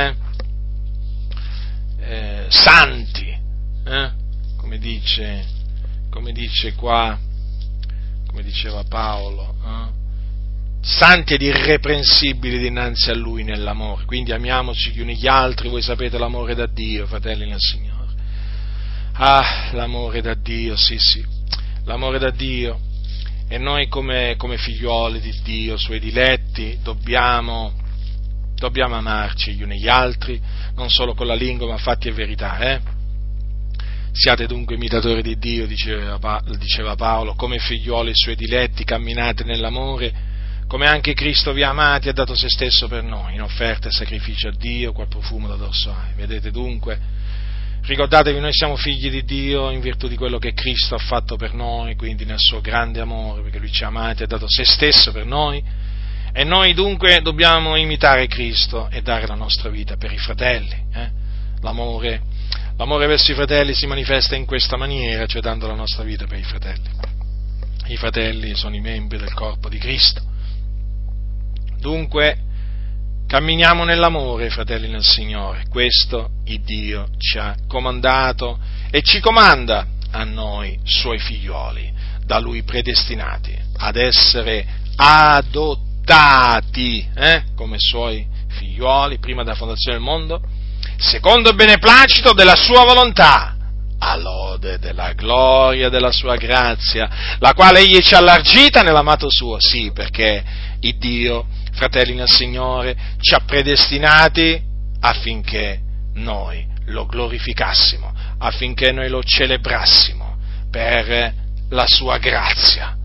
santi, come dice qua, come diceva Paolo, santi ed irreprensibili dinanzi a Lui nell'amore. Quindi amiamoci gli uni gli altri. Voi sapete l'amore da Dio, fratelli nel Signore. L'amore da Dio, sì, l'amore da Dio. E noi come figliuoli di Dio, Suoi diletti, dobbiamo amarci gli uni gli altri, non solo con la lingua, ma fatti e verità. Siate dunque imitatori di Dio, diceva Paolo, come figliuoli Suoi diletti, camminate nell'amore, come anche Cristo vi ha amati e ha dato se stesso per noi, in offerta e sacrificio a Dio, qual profumo da dorsale. Vedete dunque, ricordatevi, noi siamo figli di Dio in virtù di quello che Cristo ha fatto per noi, quindi nel suo grande amore, perché Lui ci ha amati e ha dato se stesso per noi. E noi dunque dobbiamo imitare Cristo e dare la nostra vita per i fratelli. L'amore verso i fratelli si manifesta in questa maniera, cioè dando la nostra vita per i fratelli. I fratelli sono i membri del corpo di Cristo. Dunque, camminiamo nell'amore, fratelli nel Signore. Questo il Dio ci ha comandato e ci comanda a noi, Suoi figlioli, da Lui predestinati ad essere adottati come Suoi figlioli prima della fondazione del mondo, secondo il beneplacito della Sua volontà, a lode della gloria della Sua grazia, la quale Egli ci ha allargita nell'amato Suo. Sì, perché il Dio, fratelli nel Signore, ci ha predestinati affinché noi lo glorificassimo, affinché noi lo celebrassimo per la Sua grazia,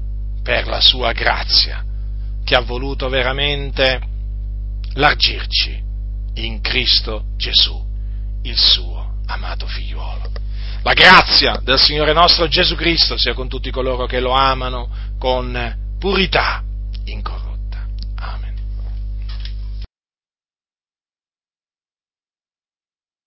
che ha voluto veramente largirci in Cristo Gesù, il Suo amato figliuolo. La grazia del Signore nostro Gesù Cristo sia con tutti coloro che lo amano con purità incorrotta.